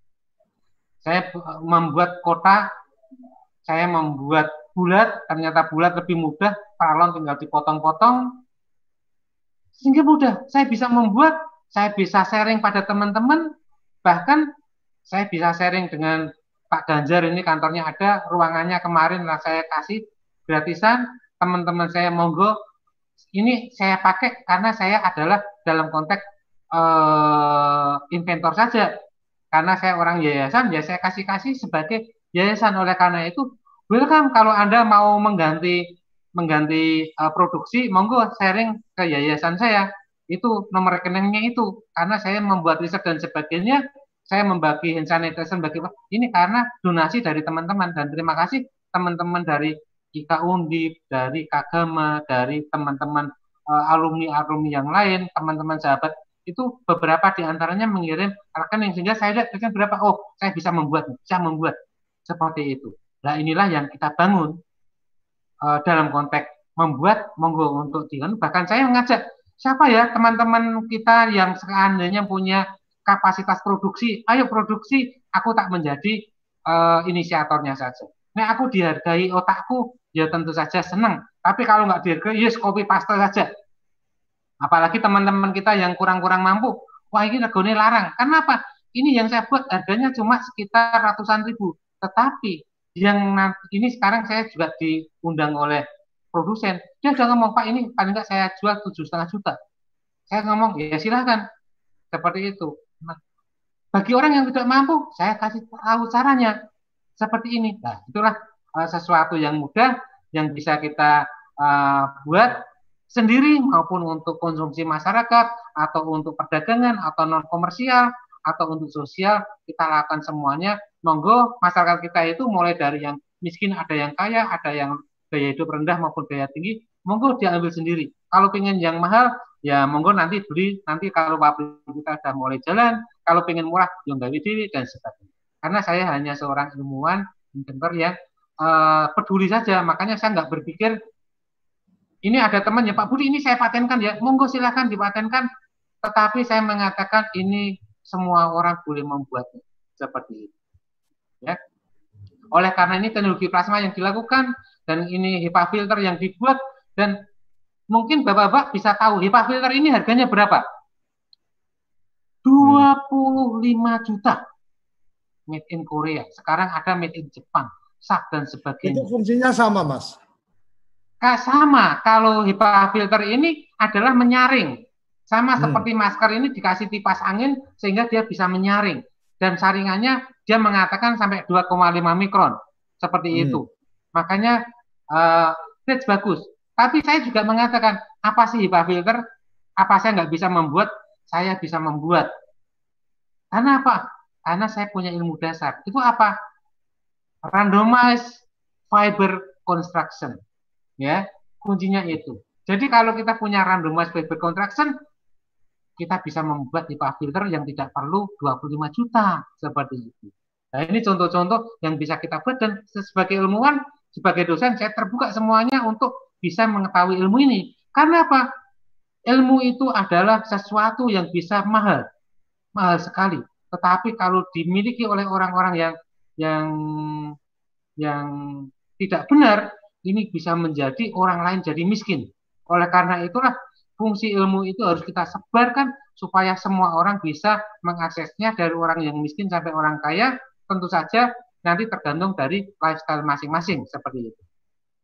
Saya membuat kotak, saya membuat bulat, ternyata bulat lebih mudah, paralon tinggal dipotong-potong, sehingga mudah. Saya bisa membuat, saya bisa sharing pada teman-teman, bahkan saya bisa sharing dengan Pak Ganjar, ini kantornya ada, ruangannya kemarin lah saya kasih gratisan, teman-teman saya monggo, ini saya pakai karena saya adalah dalam konteks eh, inventor saja, karena saya orang yayasan, ya saya kasih-kasih sebagai yayasan. Oleh karena itu, welcome kalau Anda mau mengganti mengganti uh, produksi, monggo sharing ke yayasan saya, itu nomor rekeningnya itu, karena saya membuat riset dan sebagainya, saya membagi hand sanitizer, bagi ini karena donasi dari teman-teman, dan terima kasih teman-teman dari I K Undip, dari Kagama, dari teman-teman uh, alumni-alumni yang lain, teman-teman sahabat, itu beberapa diantaranya mengirim rekening, sehingga saya lihat rekening berapa, oh saya bisa membuat, bisa membuat, seperti itu. Nah inilah yang kita bangun uh, dalam konteks membuat, monggo untuk dikan. Bahkan saya mengajak, siapa ya teman-teman kita yang seandainya punya kapasitas produksi, ayo produksi, aku tak menjadi uh, inisiatornya saja. Nah aku dihargai otakku, ya tentu saja senang. Tapi kalau nggak dihargai, yes copy paste saja. Apalagi teman-teman kita yang kurang-kurang mampu, wah ini regone larang. Kenapa? Ini yang saya buat harganya cuma sekitar ratusan ribu. Tetapi yang nanti, ini sekarang saya juga diundang oleh produsen. Dia udah ngomong, Pak ini paling nggak saya jual tujuh setengah juta. Saya ngomong, ya silahkan. Seperti itu. Nah, bagi orang yang tidak mampu, saya kasih tahu caranya. Seperti ini. Nah, itulah uh, sesuatu yang mudah yang bisa kita uh, buat sendiri maupun untuk konsumsi masyarakat atau untuk perdagangan atau non komersial atau untuk sosial, kita lakukan semuanya. Monggo masyarakat kita itu mulai dari yang miskin, ada yang kaya, ada yang gaya hidup rendah maupun gaya tinggi, monggo diambil sendiri. Kalau pengen yang mahal, ya monggo nanti beli, nanti kalau pabrik kita sudah mulai jalan, kalau pengen murah, ya nggak diri dan sebagainya. Karena saya hanya seorang ilmuwan, inventor yang uh, peduli saja, makanya saya nggak berpikir, ini ada teman ya Pak Budi, ini saya patenkan ya, monggo silakan dipatenkan, tetapi saya mengatakan ini semua orang boleh membuatnya, seperti itu. Ya. Oleh karena ini teknologi plasma yang dilakukan dan ini HEPA filter yang dibuat, dan mungkin Bapak-bapak bisa tahu HEPA filter ini harganya berapa? dua puluh lima juta. Made in Korea. Sekarang ada made in Jepang, S A K dan sebagainya. Itu fungsinya sama, Mas? Sama. Kalau HEPA filter ini adalah menyaring. Sama hmm. seperti masker ini dikasih tipas angin sehingga dia bisa menyaring. Dan saringannya dia mengatakan sampai dua koma lima mikron. Seperti hmm. itu. Makanya uh, that's bagus. Tapi saya juga mengatakan, apa sih HEPA filter? Apa saya nggak bisa membuat? Saya bisa membuat. Karena apa? Karena saya punya ilmu dasar. Itu apa? Randomized fiber construction. Ya, kuncinya itu. Jadi kalau kita punya randomized fiber construction, kita bisa membuat HEPA filter yang tidak perlu dua puluh lima juta, seperti itu. Nah, ini contoh-contoh yang bisa kita buat, dan sebagai ilmuwan, sebagai dosen, saya terbuka semuanya untuk bisa mengetahui ilmu ini. Karena apa? Ilmu itu adalah sesuatu yang bisa mahal, mahal sekali. Tetapi kalau dimiliki oleh orang-orang yang yang yang tidak benar, ini bisa menjadi orang lain jadi miskin. Oleh karena itulah fungsi ilmu itu harus kita sebarkan supaya semua orang bisa mengaksesnya, dari orang yang miskin sampai orang kaya. Tentu saja nanti tergantung dari lifestyle masing-masing, seperti itu.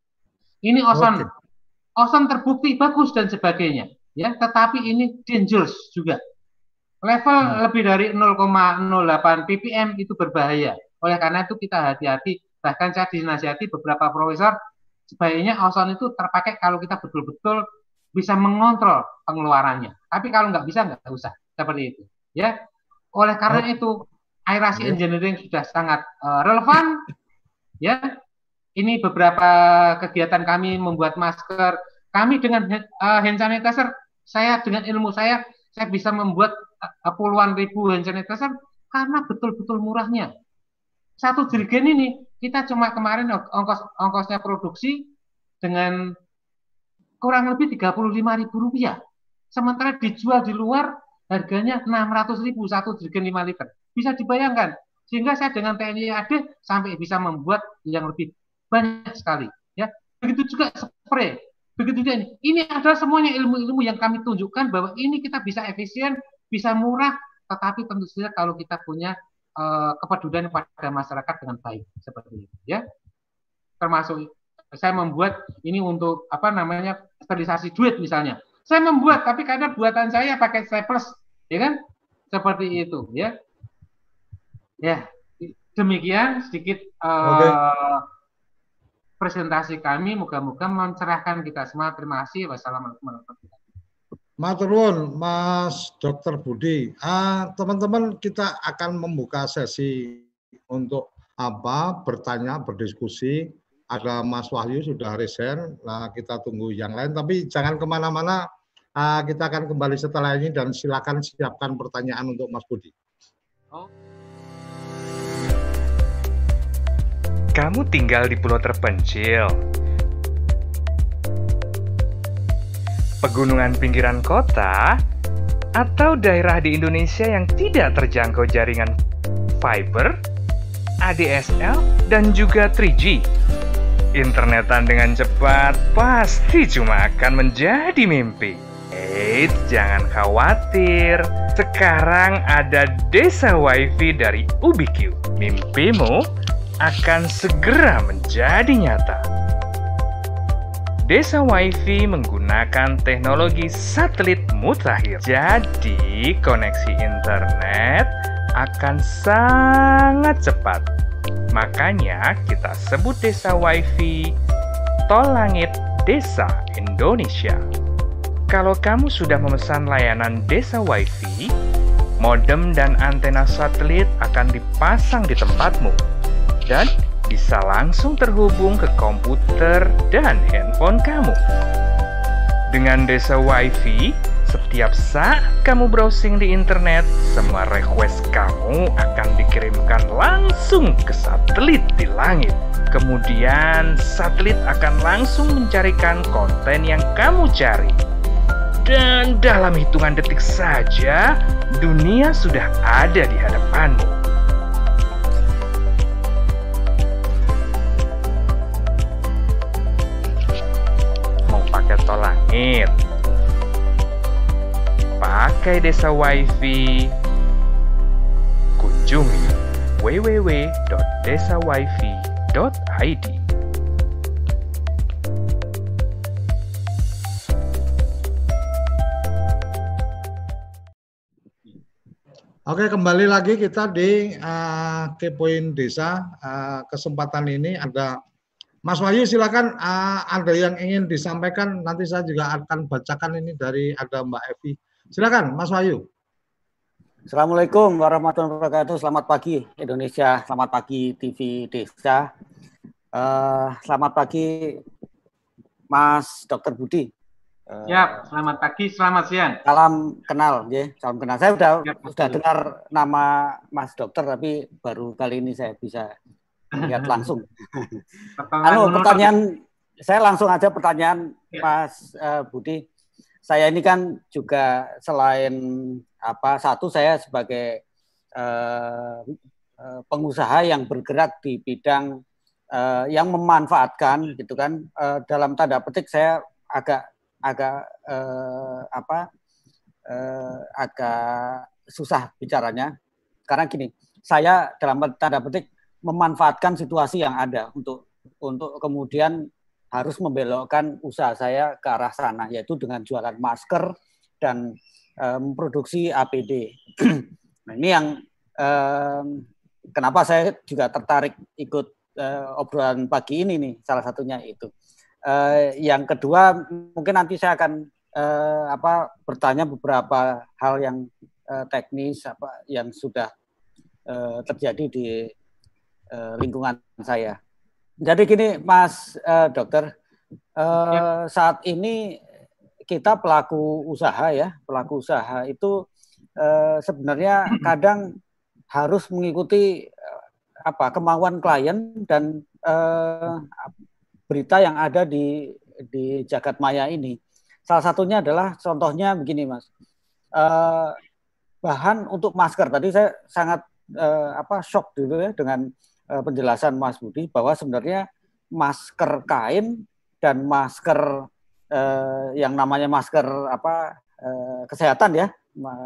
Ini ozon, okay. ozon terbukti bagus dan sebagainya, ya. Tetapi ini dangerous juga. Level hmm. lebih dari nol koma nol delapan ppm itu berbahaya. Oleh karena itu kita hati-hati. Bahkan saya dinasihati beberapa profesor, sebaiknya ozon itu terpakai kalau kita betul-betul bisa mengontrol pengeluarannya. Tapi kalau nggak bisa, nggak usah. Seperti itu. Ya. Oleh karena oh. itu, aerasi yeah. engineering sudah sangat uh, relevan. Ya. Ini beberapa kegiatan kami membuat masker. Kami dengan uh, hand sanitizer, saya dengan ilmu saya, saya bisa membuat uh, puluhan ribu hand sanitizer karena betul-betul murahnya. Satu jerigen ini, kita cuma kemarin ongkos ongkosnya produksi dengan kurang lebih tiga puluh lima ribu rupiah. Sementara dijual di luar harganya enam ratus ribu satu jerigen lima liter. Bisa dibayangkan. Sehingga saya dengan T N I A D sampai bisa membuat yang lebih banyak sekali. Ya, begitu juga spray. Begitu juga ini. Ini adalah semuanya ilmu-ilmu yang kami tunjukkan bahwa ini kita bisa efisien, bisa murah, tetapi tentu saja kalau kita punya uh, kepedulian pada masyarakat dengan baik, seperti itu. Ya, termasuk saya membuat ini untuk apa namanya sterilisasi duit misalnya. Saya membuat, tapi karena buatan saya pakai staples, ya kan? Seperti itu, ya. Ya, demikian sedikit uh, okay. presentasi kami. Moga-moga mencerahkan kita semua. Terima kasih. Wassalamualaikum warahmatullahi wabarakatuh. Matur nuwun, Mas Dokter Budi. Uh, teman-teman, kita akan membuka sesi untuk apa? Bertanya, berdiskusi. Ada Mas Wahyu sudah resign. Nah, kita tunggu yang lain. Tapi jangan kemana-mana. Uh, kita akan kembali setelah ini dan silakan siapkan pertanyaan untuk Mas Budi. Oh. Kamu tinggal di pulau terpencil, pegunungan pinggiran kota, atau daerah di Indonesia yang tidak terjangkau jaringan fiber, A D S L, dan juga tiga G. Internetan dengan cepat pasti cuma akan menjadi mimpi. Eits, jangan khawatir. Sekarang ada Desa WiFi dari Ubique. Mimpimu akan segera menjadi nyata. Desa WiFi menggunakan teknologi satelit mutakhir. Jadi, koneksi internet akan sangat cepat. Makanya kita sebut Desa WiFi Tol Langit Desa Indonesia. kalau kamu sudah memesan layanan Desa Wifi, modem dan antena satelit akan dipasang di tempatmu dan bisa langsung terhubung ke komputer dan handphone kamu. Dengan Desa Wifi, setiap saat kamu browsing di internet, semua request kamu akan dikirimkan langsung ke satelit di langit. Kemudian, satelit akan langsung mencarikan konten yang kamu cari. Dan dalam hitungan detik saja, dunia sudah ada di hadapanmu. Mau pakai tol langit? Pakai Desa Wifi. Kunjungi w w w dot desa wifi dot i d. Oke, kembali lagi kita di uh, Kepoin Desa. Uh, kesempatan ini ada Mas Wahyu, silakan uh, ada yang ingin disampaikan. Nanti saya juga akan bacakan ini dari ada Mbak Evi. Silakan, Mas Wahyu. Assalamualaikum warahmatullahi wabarakatuh. Selamat pagi Indonesia. Selamat pagi T V Desa. Uh, selamat pagi Mas Dokter Budi. Ya, selamat pagi, selamat siang. Salam kenal, ya, salam kenal. Saya sudah ya, sudah dengar nama Mas Dokter, tapi baru kali ini saya bisa lihat langsung. Anu, pertanyaan, saya langsung aja pertanyaan ya. Mas uh, Budi. Saya ini kan juga selain apa satu saya sebagai uh, uh, pengusaha yang bergerak di bidang uh, yang memanfaatkan, gitu kan. Uh, dalam tanda petik saya agak agak eh, apa eh, agak susah bicaranya karena gini, saya dalam tanda petik memanfaatkan situasi yang ada untuk untuk kemudian harus membelokkan usaha saya ke arah sana, yaitu dengan jualan masker dan eh, memproduksi A P D. Nah, ini yang eh, kenapa saya juga tertarik ikut eh, obrolan pagi ini nih, salah satunya itu. Uh, yang kedua mungkin nanti saya akan uh, apa bertanya beberapa hal yang uh, teknis apa yang sudah uh, terjadi di uh, lingkungan saya. Jadi gini Mas uh, Dokter, uh, ya. Saat ini kita pelaku usaha ya, pelaku usaha itu uh, sebenarnya kadang harus mengikuti uh, apa kemauan klien dan uh, berita yang ada di di jagat maya ini. Salah satunya adalah contohnya begini Mas, uh, bahan untuk masker. Tadi saya sangat uh, apa shock dulu ya dengan uh, penjelasan Mas Budi bahwa sebenarnya masker kain dan masker uh, yang namanya masker apa uh, kesehatan ya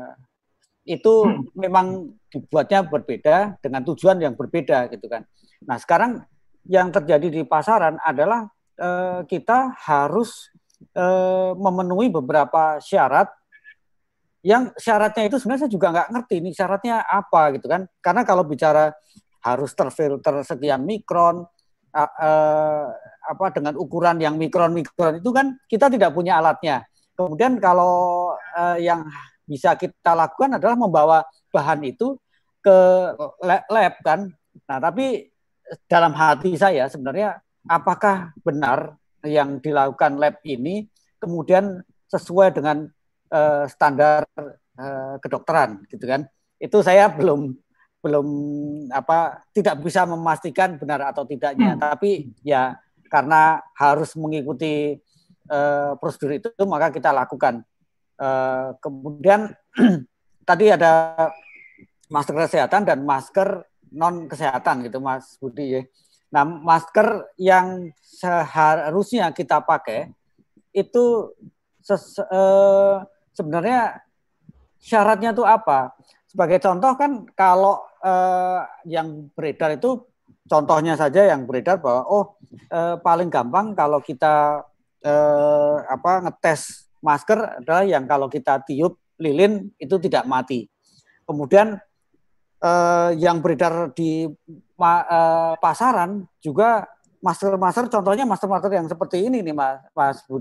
itu memang dibuatnya berbeda dengan tujuan yang berbeda gitu kan. Nah sekarang yang terjadi di pasaran adalah eh, kita harus eh, memenuhi beberapa syarat yang syaratnya itu sebenarnya saya juga nggak ngerti ini syaratnya apa gitu kan, karena kalau bicara harus terfilter sekian mikron eh, eh, apa dengan ukuran yang mikron-mikron itu kan kita tidak punya alatnya. Kemudian kalau eh, yang bisa kita lakukan adalah membawa bahan itu ke lab kan. Nah tapi dalam hati saya sebenarnya apakah benar yang dilakukan lab ini kemudian sesuai dengan uh, standar uh, kedokteran gitu kan. Itu saya belum belum apa tidak bisa memastikan benar atau tidaknya, hmm. tapi ya karena harus mengikuti uh, prosedur itu maka kita lakukan. Uh, kemudian tadi ada masker kesehatan dan masker non kesehatan gitu Mas Budi ya. Nah masker yang seharusnya kita pakai itu ses, eh, sebenarnya syaratnya tuh apa? Sebagai contoh kan kalau eh, yang beredar itu contohnya saja yang beredar bahwa oh eh, paling gampang kalau kita eh, apa ngetes masker adalah yang kalau kita tiup lilin itu tidak mati. Kemudian Uh, yang beredar di ma, uh, pasaran juga masker-masker, contohnya masker-masker yang seperti ini nih Mas, Mas Budi nih.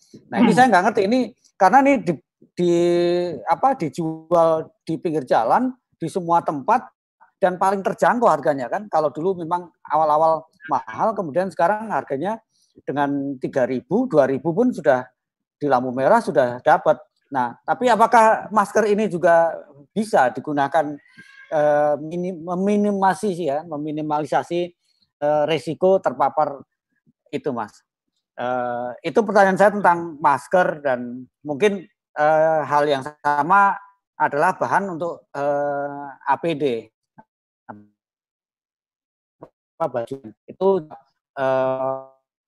Nah ini hmm. saya nggak ngerti ini karena ini di, di apa dijual di pinggir jalan di semua tempat dan paling terjangkau harganya kan. Kalau dulu memang awal-awal mahal, kemudian sekarang harganya dengan tiga ribu, dua ribu pun sudah di lampu merah sudah dapat. Nah, tapi apakah masker ini juga bisa digunakan eh, minim, meminimasi ya, meminimalisasi eh, resiko terpapar itu, Mas? Eh, itu pertanyaan saya tentang masker dan mungkin eh, hal yang sama adalah bahan untuk eh, A P D. Apa baju itu eh,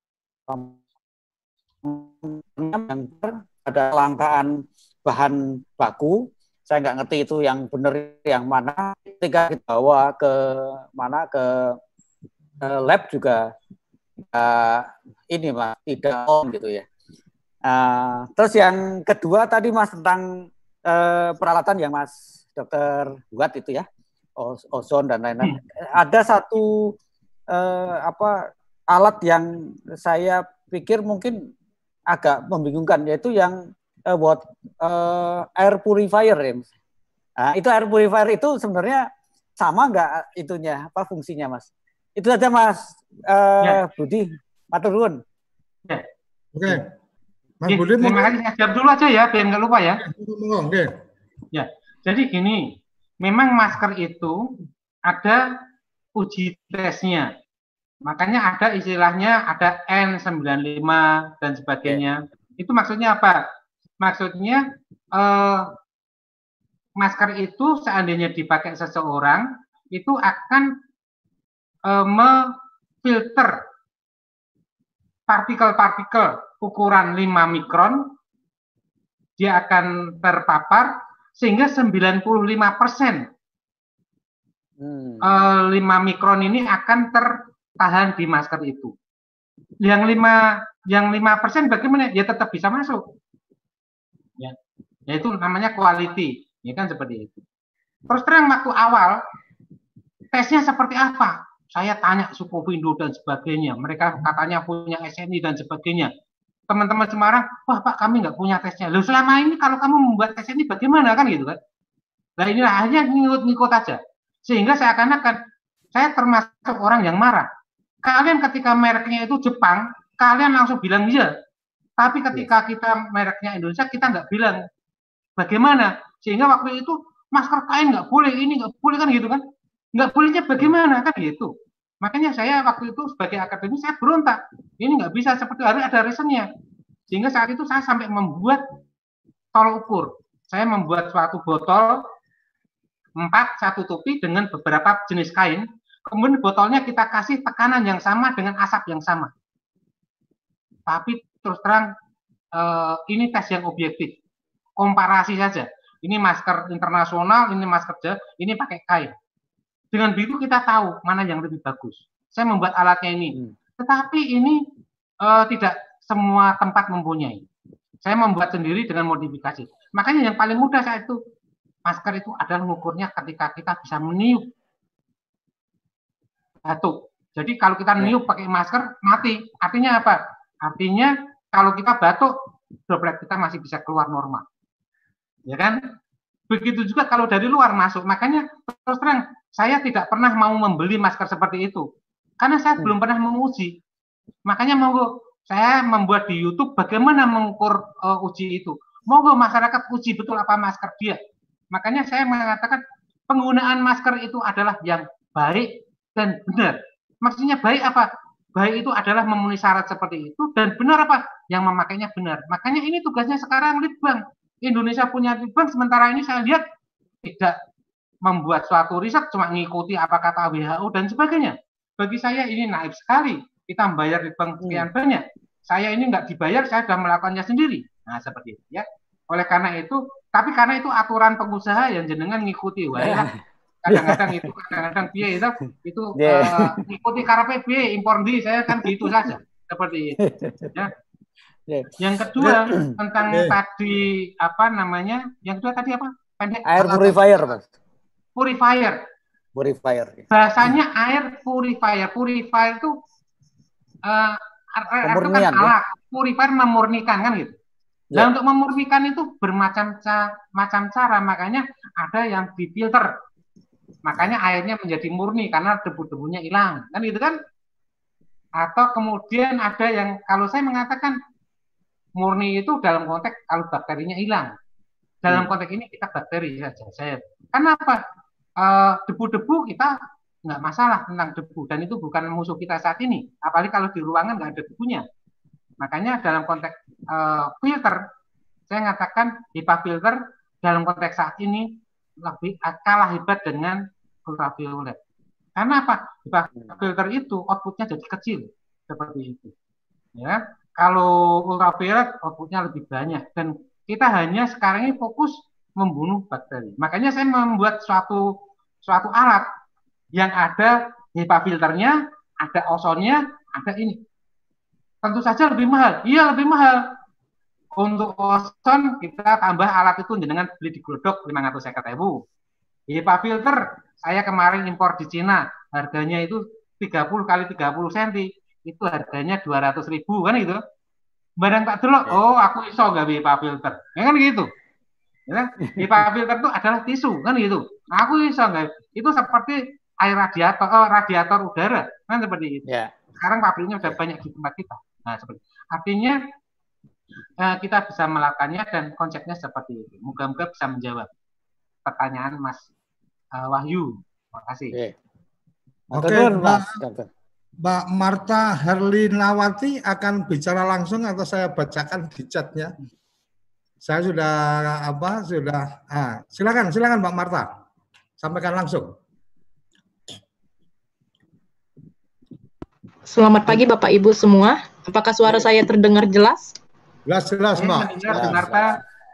yang ada kelangkaan bahan baku, saya nggak ngerti itu yang benar yang mana. Ketika kita bawa ke mana ke uh, lab juga uh, ini Mas tidak on gitu ya. Uh, terus yang kedua tadi Mas tentang uh, peralatan yang Mas Dokter buat itu ya, ozon dan lain-lain. Hmm. Ada satu uh, apa alat yang saya pikir mungkin agak membingungkan, yaitu yang uh, buat uh, air purifier ya. Nah, itu air purifier itu sebenarnya sama nggak itunya, apa fungsinya Mas? Itu saja Mas uh, ya. Budi, matur nuwun. Ya. Oke. Mas ya, Budi, terima kasih. Saya jawab dulu aja ya, biar nggak lupa ya. Oke. Ya, jadi gini, memang masker itu ada uji tesnya. Makanya ada istilahnya ada N sembilan puluh lima dan sebagainya. Okay. Itu maksudnya apa? Maksudnya eh, masker itu seandainya dipakai seseorang itu akan eh, memfilter partikel-partikel ukuran lima mikron, dia akan terpapar sehingga sembilan puluh lima persen hmm. eh, lima mikron ini akan ter tahan di masker itu. Yang lima yang lima persen bagaimana? Ya tetap bisa masuk. Ya. Yaitu namanya quality. Ya kan seperti itu. Terus terang waktu awal tesnya seperti apa? Saya tanya Sukovindo dan sebagainya. Mereka katanya punya S N I dan sebagainya. Teman-teman Semarang, wah Pak kami nggak punya tesnya. Loh selama ini kalau kamu membuat tes ini bagaimana kan gitu kan? Nah inilah hanya ngikut-ngikut aja. Sehingga seakan-akan saya termasuk orang yang marah. Kalian ketika mereknya itu Jepang, kalian langsung bilang iya. Tapi ketika kita mereknya Indonesia, kita nggak bilang. Bagaimana? Sehingga waktu itu masker kain nggak boleh, ini nggak boleh kan gitu kan? Nggak bolehnya bagaimana kan gitu. Makanya saya waktu itu sebagai akademisi saya berontak. Ini nggak bisa seperti hari ada reasonnya. Sehingga saat itu saya sampai membuat tolak ukur. Saya membuat suatu botol empat satu topi dengan beberapa jenis kain. Kemudian botolnya kita kasih tekanan yang sama dengan asap yang sama. Tapi terus terang eh, ini tes yang objektif. Komparasi saja. Ini masker internasional, ini masker Jawa, ini pakai kain. Dengan begitu kita tahu mana yang lebih bagus. Saya membuat alatnya ini. Tetapi ini eh, tidak semua tempat mempunyai. Saya membuat sendiri dengan modifikasi. Makanya yang paling mudah saat itu, masker itu adalah mengukurnya ketika kita bisa meniup batuk. Jadi kalau kita niup pakai masker mati. Artinya apa? Artinya kalau kita batuk droplet kita masih bisa keluar normal. Ya kan? Begitu juga kalau dari luar masuk. Makanya terus terang saya tidak pernah mau membeli masker seperti itu. Karena saya hmm. belum pernah menguji. Makanya monggo saya membuat di YouTube bagaimana mengukur uh, uji itu. Monggo masyarakat uji betul apa masker dia. Makanya saya mengatakan penggunaan masker itu adalah yang baik dan benar. Maksudnya baik apa? Baik itu adalah memenuhi syarat seperti itu dan benar apa? Yang memakainya benar. Makanya ini tugasnya sekarang Litbang. Indonesia punya Litbang, sementara ini saya lihat tidak membuat suatu riset, cuma mengikuti apa kata W H O dan sebagainya. Bagi saya ini naif sekali. Kita membayar Litbang sekian hmm. banyak. Saya ini nggak dibayar, saya sudah melakukannya sendiri. Nah seperti itu ya. Oleh karena itu, tapi karena itu aturan pengusaha yang jenengan ngikuti. Wah, ya. Kadang-kadang itu kadang-kadang biaya itu itu yeah. uh, ikuti karepe biaya impor di saya kan gitu saja seperti itu ya. Yeah. Yang kedua yeah. tentang yeah. tadi apa namanya? Yang kedua tadi apa? Pendek air purifier, Mas. Purifier. Purifier. Bahasanya air purifier. Purifier itu uh, itu kan alat. purifier memurnikan kan gitu. Nah, ya. Untuk memurnikan itu bermacam ca macam cara, makanya ada yang difilter. Makanya airnya menjadi murni karena debu-debunya hilang, kan gitu kan? Atau kemudian ada yang, kalau saya mengatakan murni itu dalam konteks kalau bakterinya hilang. Dalam konteks ini kita bakteri saja. Saya. Kenapa? Debu-debu uh, kita nggak masalah tentang debu, dan itu bukan musuh kita saat ini. Apalagi kalau di ruangan nggak ada debunya. Makanya dalam konteks uh, filter, saya mengatakan HEPA filter dalam konteks saat ini lebih kalah hebat dengan ultraviolet. Karena apa? HEPA filter itu outputnya jadi kecil seperti itu. Ya, kalau ultraviolet outputnya lebih banyak, dan kita hanya sekarang ini fokus membunuh bakteri. Makanya saya membuat suatu suatu alat yang ada HEPA filternya, ada ozonnya, ada ini. Tentu saja lebih mahal. Iya, lebih mahal. Untuk ozon kita tambah alat itu dengan beli di Glodok lima ratus ribu. HEPA filter saya kemarin impor di Cina, harganya itu tiga puluh kali tiga puluh sentimeter, itu harganya dua ratus ribu kan gitu. Barang tak delok, oh aku iso nggak HEPA filter, ya kan gitu. Ya, HEPA filter itu adalah tisu kan gitu. Aku iso nggak? Itu seperti air radiator, oh, radiator udara kan seperti itu. Yeah. Sekarang pabriknya udah yeah. banyak di tempat kita. Nah seperti artinya eh, kita bisa melakukannya dan konsepnya seperti itu. Moga-moga bisa menjawab pertanyaan Mas uh, Wahyu. Terima kasih. Yeah. Oke, okay, Mbak, Mbak Marta Herlinawati akan bicara langsung atau saya bacakan di chatnya? Saya sudah apa? Sudah. Ah, silakan, silakan Mbak Marta, sampaikan langsung. Selamat pagi Bapak Ibu semua. Apakah suara saya terdengar jelas? Jelas, jelas Mbak. Jelas, Marta.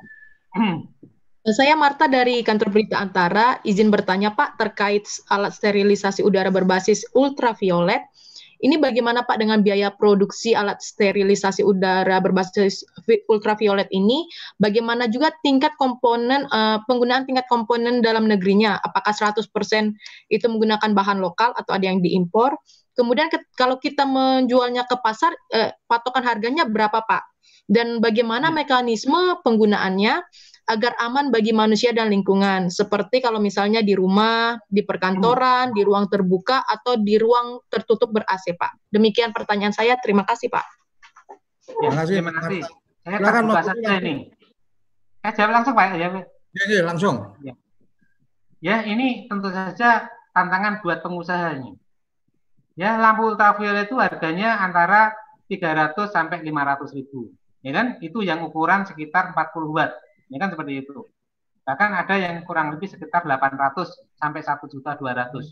Saya Marta dari kantor berita Antara, izin bertanya Pak terkait alat sterilisasi udara berbasis ultraviolet. Ini bagaimana Pak dengan biaya produksi alat sterilisasi udara berbasis ultraviolet ini? Bagaimana juga tingkat komponen uh, penggunaan tingkat komponen dalam negerinya? Apakah seratus persen itu menggunakan bahan lokal atau ada yang diimpor? Kemudian ke, kalau kita menjualnya ke pasar, uh, patokan harganya berapa Pak? Dan bagaimana mekanisme penggunaannya agar aman bagi manusia dan lingkungan, seperti kalau misalnya di rumah, di perkantoran, di ruang terbuka, atau di ruang tertutup ber-A C, Pak. Demikian pertanyaan saya. Terima kasih, Pak. Ya, terima kasih. Saya terbuka saja ini. Saya jawab langsung, Pak. Ya, ya, ya langsung. Ya. ya, ini tentu saja tantangan buat pengusahanya. Ya, lampu ultraviolet itu harganya antara tiga ratus sampai lima ratus ribu. Ya kan? Itu yang ukuran sekitar empat puluh watt. Ini kan seperti itu. Bahkan ada yang kurang lebih sekitar delapan ratus sampai satu juta dua ratus.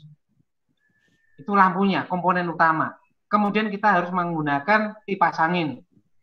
Itu lampunya, komponen utama. Kemudian kita harus menggunakan kipas angin.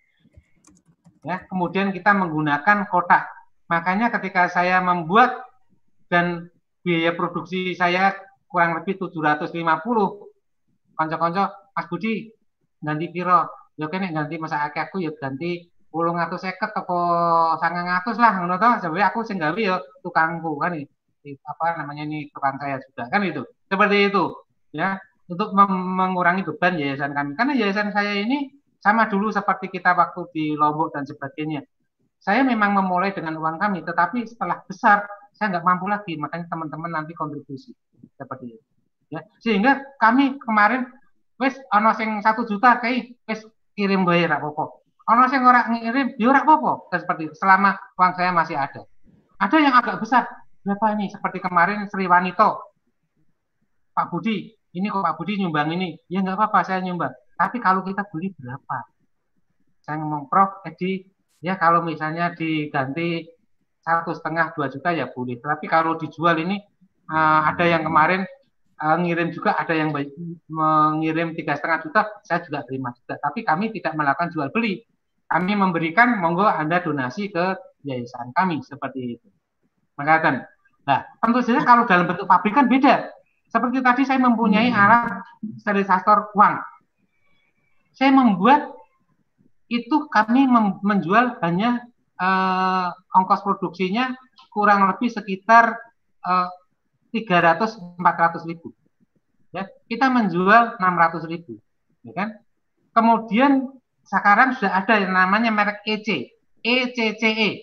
Ya, kemudian kita menggunakan kotak. Makanya ketika saya membuat dan biaya produksi saya kurang lebih tujuh ratus lima puluh, konco-konco, Mas Budi ganti piro? Ya kene ganti masa akeh aku ya ganti wolung atus seket apa sangang atus lah ngono to, sebenarnya aku sing gawe ya tukangku kan ini apa namanya ini tukang saya juga kan itu. Seperti itu ya, untuk mengurangi beban yayasan kami. Karena yayasan saya ini sama dulu seperti kita waktu di Lombok dan sebagainya. Saya memang memulai dengan uang kami, tetapi setelah besar saya nggak mampu lagi, makanya teman-teman nanti kontribusi seperti itu. Ya, sehingga kami kemarin wes ono sing satu juta kayak wes kirim bayar apa-apa. Ono sing ora ngirim, ya ora apa-apa. Seperti itu, selama uang saya masih ada. Ada yang agak besar. Berapa ini? Seperti kemarin Sri Wanito. Pak Budi, ini kok Pak Budi nyumbang ini. Ya nggak apa-apa, saya nyumbang. Tapi kalau kita beli berapa? Saya ngomong, Prof, Edi, ya kalau misalnya diganti satu setengah dua juta ya boleh. Tapi kalau dijual ini uh, ada yang kemarin uh, ngirim juga, ada yang mengirim tiga setengah juta, saya juga terima juga. Tapi kami tidak melakukan jual beli. Kami memberikan, monggo Anda donasi ke yayasan kami seperti itu. Mengatakan, nah tentu saja kalau dalam bentuk pabrikan beda. Seperti tadi saya mempunyai alat sterilisator uang. Saya membuat itu kami menjual hanya eh, ongkos produksinya kurang lebih sekitar eh, tiga ratus sampai empat ratus ribu. Ya, kita menjual enam ratus ribu. Ya kan? Kemudian sekarang sudah ada yang namanya merek E C, E C C E.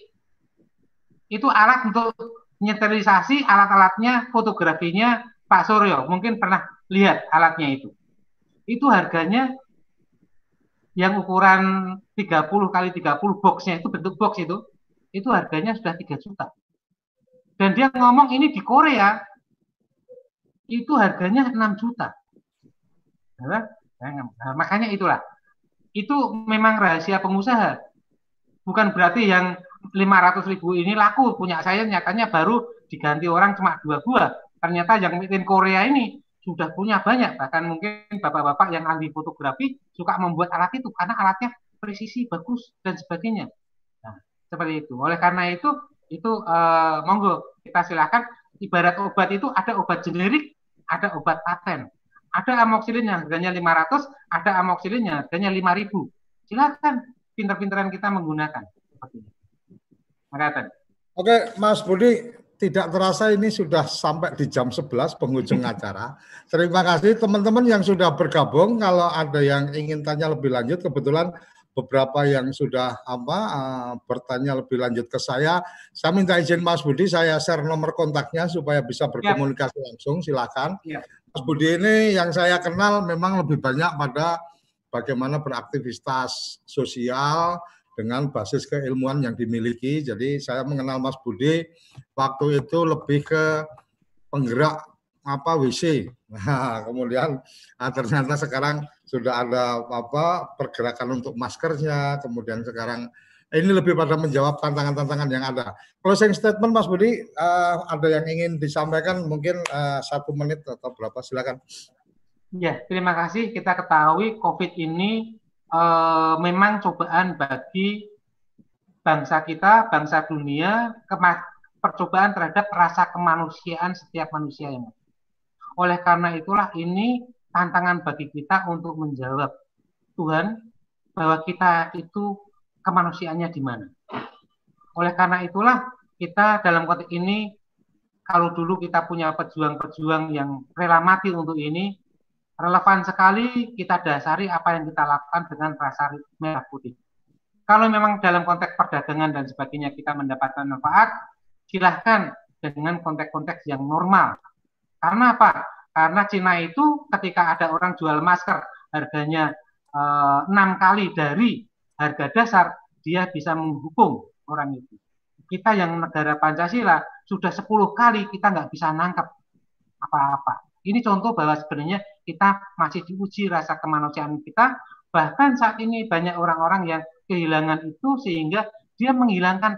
Itu alat untuk nyterilisasi, alat-alatnya, fotografinya Pak Suryo. Mungkin pernah lihat alatnya itu. Itu harganya yang ukuran tiga puluh kali tiga puluh boxnya itu, bentuk box itu, itu harganya sudah tiga juta. Dan dia ngomong ini di Korea, itu harganya enam juta. Nah, makanya itulah. Itu memang rahasia pengusaha. Bukan berarti yang lima ratus ribu ini laku, punya saya nyatanya baru diganti orang cuma dua buah. Ternyata yang made in Korea ini sudah punya banyak. Bahkan mungkin bapak-bapak yang ahli fotografi suka membuat alat itu karena alatnya presisi, bagus, dan sebagainya. Nah, seperti itu. Oleh karena itu, itu eh, monggo kita silakan. Ibarat obat itu ada obat generik, ada obat paten. Ada amoksilin yang harganya lima ratus, ada amoksilin yang harganya lima ribu. Silakan pinter-pinteran kita menggunakan. Seperti itu. Makasih. Oke, Mas Budi, tidak terasa ini sudah sampai di jam sebelas penghujung acara. Terima kasih teman-teman yang sudah bergabung. Kalau ada yang ingin tanya lebih lanjut, kebetulan beberapa yang sudah apa uh, bertanya lebih lanjut ke saya. Saya minta izin Mas Budi, saya share nomor kontaknya supaya bisa berkomunikasi langsung. Silakan. Ya. Mas Budi ini yang saya kenal memang lebih banyak pada bagaimana beraktivitas sosial dengan basis keilmuan yang dimiliki. Jadi saya mengenal Mas Budi waktu itu lebih ke penggerak apa W C. Nah, kemudian nah, ternyata sekarang sudah ada apa pergerakan untuk maskernya. Kemudian sekarang ini lebih pada menjawab tantangan-tantangan yang ada. Closing statement Mas Budi, uh, ada yang ingin disampaikan mungkin uh, satu menit atau berapa? Silakan. Ya, terima kasih. Kita ketahui COVID ini eh, memang cobaan bagi bangsa kita, bangsa dunia, percobaan terhadap rasa kemanusiaan setiap manusia yang ada. Oleh karena itulah ini tantangan bagi kita untuk menjawab Tuhan bahwa kita itu kemanusiaannya di mana. Oleh karena itulah kita dalam konteks ini, kalau dulu kita punya pejuang-pejuang yang rela mati untuk ini, relevan sekali kita dasari apa yang kita lakukan dengan rasa merah putih. Kalau memang dalam konteks perdagangan dan sebagainya kita mendapatkan manfaat, silahkan dengan konteks-konteks yang normal. Karena apa? Karena Cina itu ketika ada orang jual masker harganya enam kali dari harga dasar, dia bisa menghukum orang itu. Kita yang negara Pancasila sudah sepuluh kali kita nggak bisa nangkep apa-apa. Ini contoh bahwa sebenarnya kita masih diuji rasa kemanusiaan kita. Bahkan saat ini banyak orang-orang yang kehilangan itu sehingga dia menghilangkan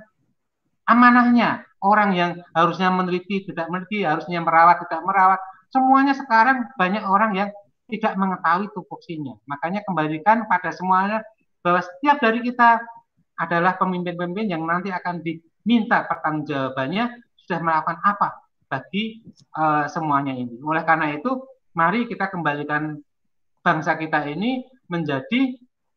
amanahnya. Orang yang harusnya meneliti, tidak meneliti, harusnya merawat, tidak merawat. Semuanya sekarang banyak orang yang tidak mengetahui tupoksinya. Makanya kembalikan pada semuanya bahwa setiap dari kita adalah pemimpin-pemimpin yang nanti akan diminta pertanggungjawabannya sudah melakukan apa bagi uh, semuanya ini. Oleh karena itu, mari kita kembalikan bangsa kita ini menjadi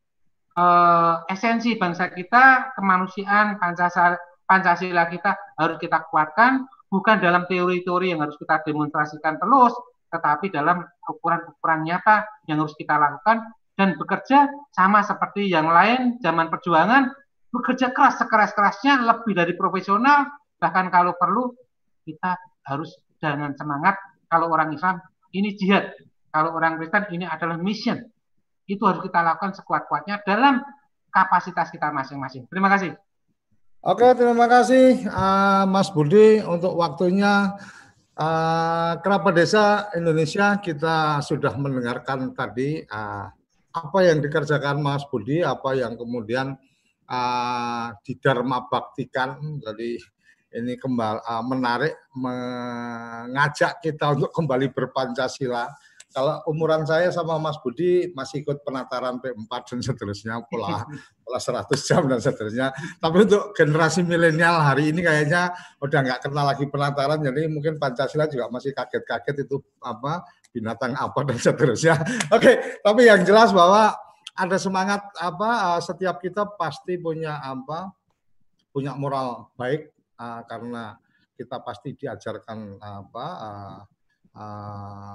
uh, esensi bangsa kita, kemanusiaan, Pancasila, Pancasila kita harus kita kuatkan, bukan dalam teori-teori yang harus kita demonstrasikan terus, tetapi dalam ukuran-ukuran nyata yang harus kita lakukan dan bekerja sama seperti yang lain zaman perjuangan, bekerja keras sekeras-kerasnya, lebih dari profesional, bahkan kalau perlu kita harus dengan semangat. Kalau orang Islam ini jihad, kalau orang Kristen ini adalah mission. Itu harus kita lakukan sekuat-kuatnya dalam kapasitas kita masing-masing. Terima kasih. Oke, terima kasih uh, Mas Budi untuk waktunya. Uh, Kerabat Desa Indonesia, kita sudah mendengarkan tadi uh, apa yang dikerjakan Mas Budi, apa yang kemudian uh, didharma baktikan. Jadi ini kembali uh, menarik, mengajak kita untuk kembali berpancasila. Kalau umuran saya sama Mas Budi masih ikut penataran P empat dan seterusnya, pola pola seratus jam dan seterusnya. Tapi untuk generasi milenial hari ini kayaknya udah nggak kenal lagi penataran, jadi mungkin Pancasila juga masih kaget-kaget itu apa binatang apa dan seterusnya. Oke, tapi yang jelas bahwa ada semangat apa setiap kita pasti punya apa punya moral baik. Uh, karena kita pasti diajarkan apa uh, uh,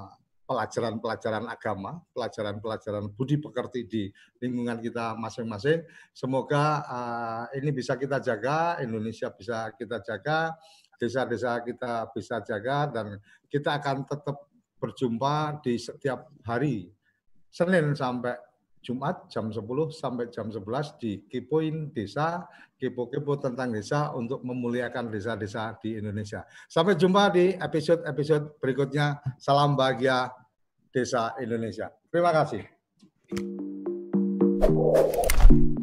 pelajaran-pelajaran agama, pelajaran-pelajaran budi pekerti di lingkungan kita masing-masing. Semoga uh, ini bisa kita jaga, Indonesia bisa kita jaga, desa-desa kita bisa jaga, dan kita akan tetap berjumpa di setiap hari, Senin sampai Jumat jam sepuluh sampai jam sebelas di Kepoin Desa, kepo-kepo tentang desa untuk memuliakan desa-desa di Indonesia. Sampai jumpa di episode-episode berikutnya. Salam bahagia Desa Indonesia. Terima kasih.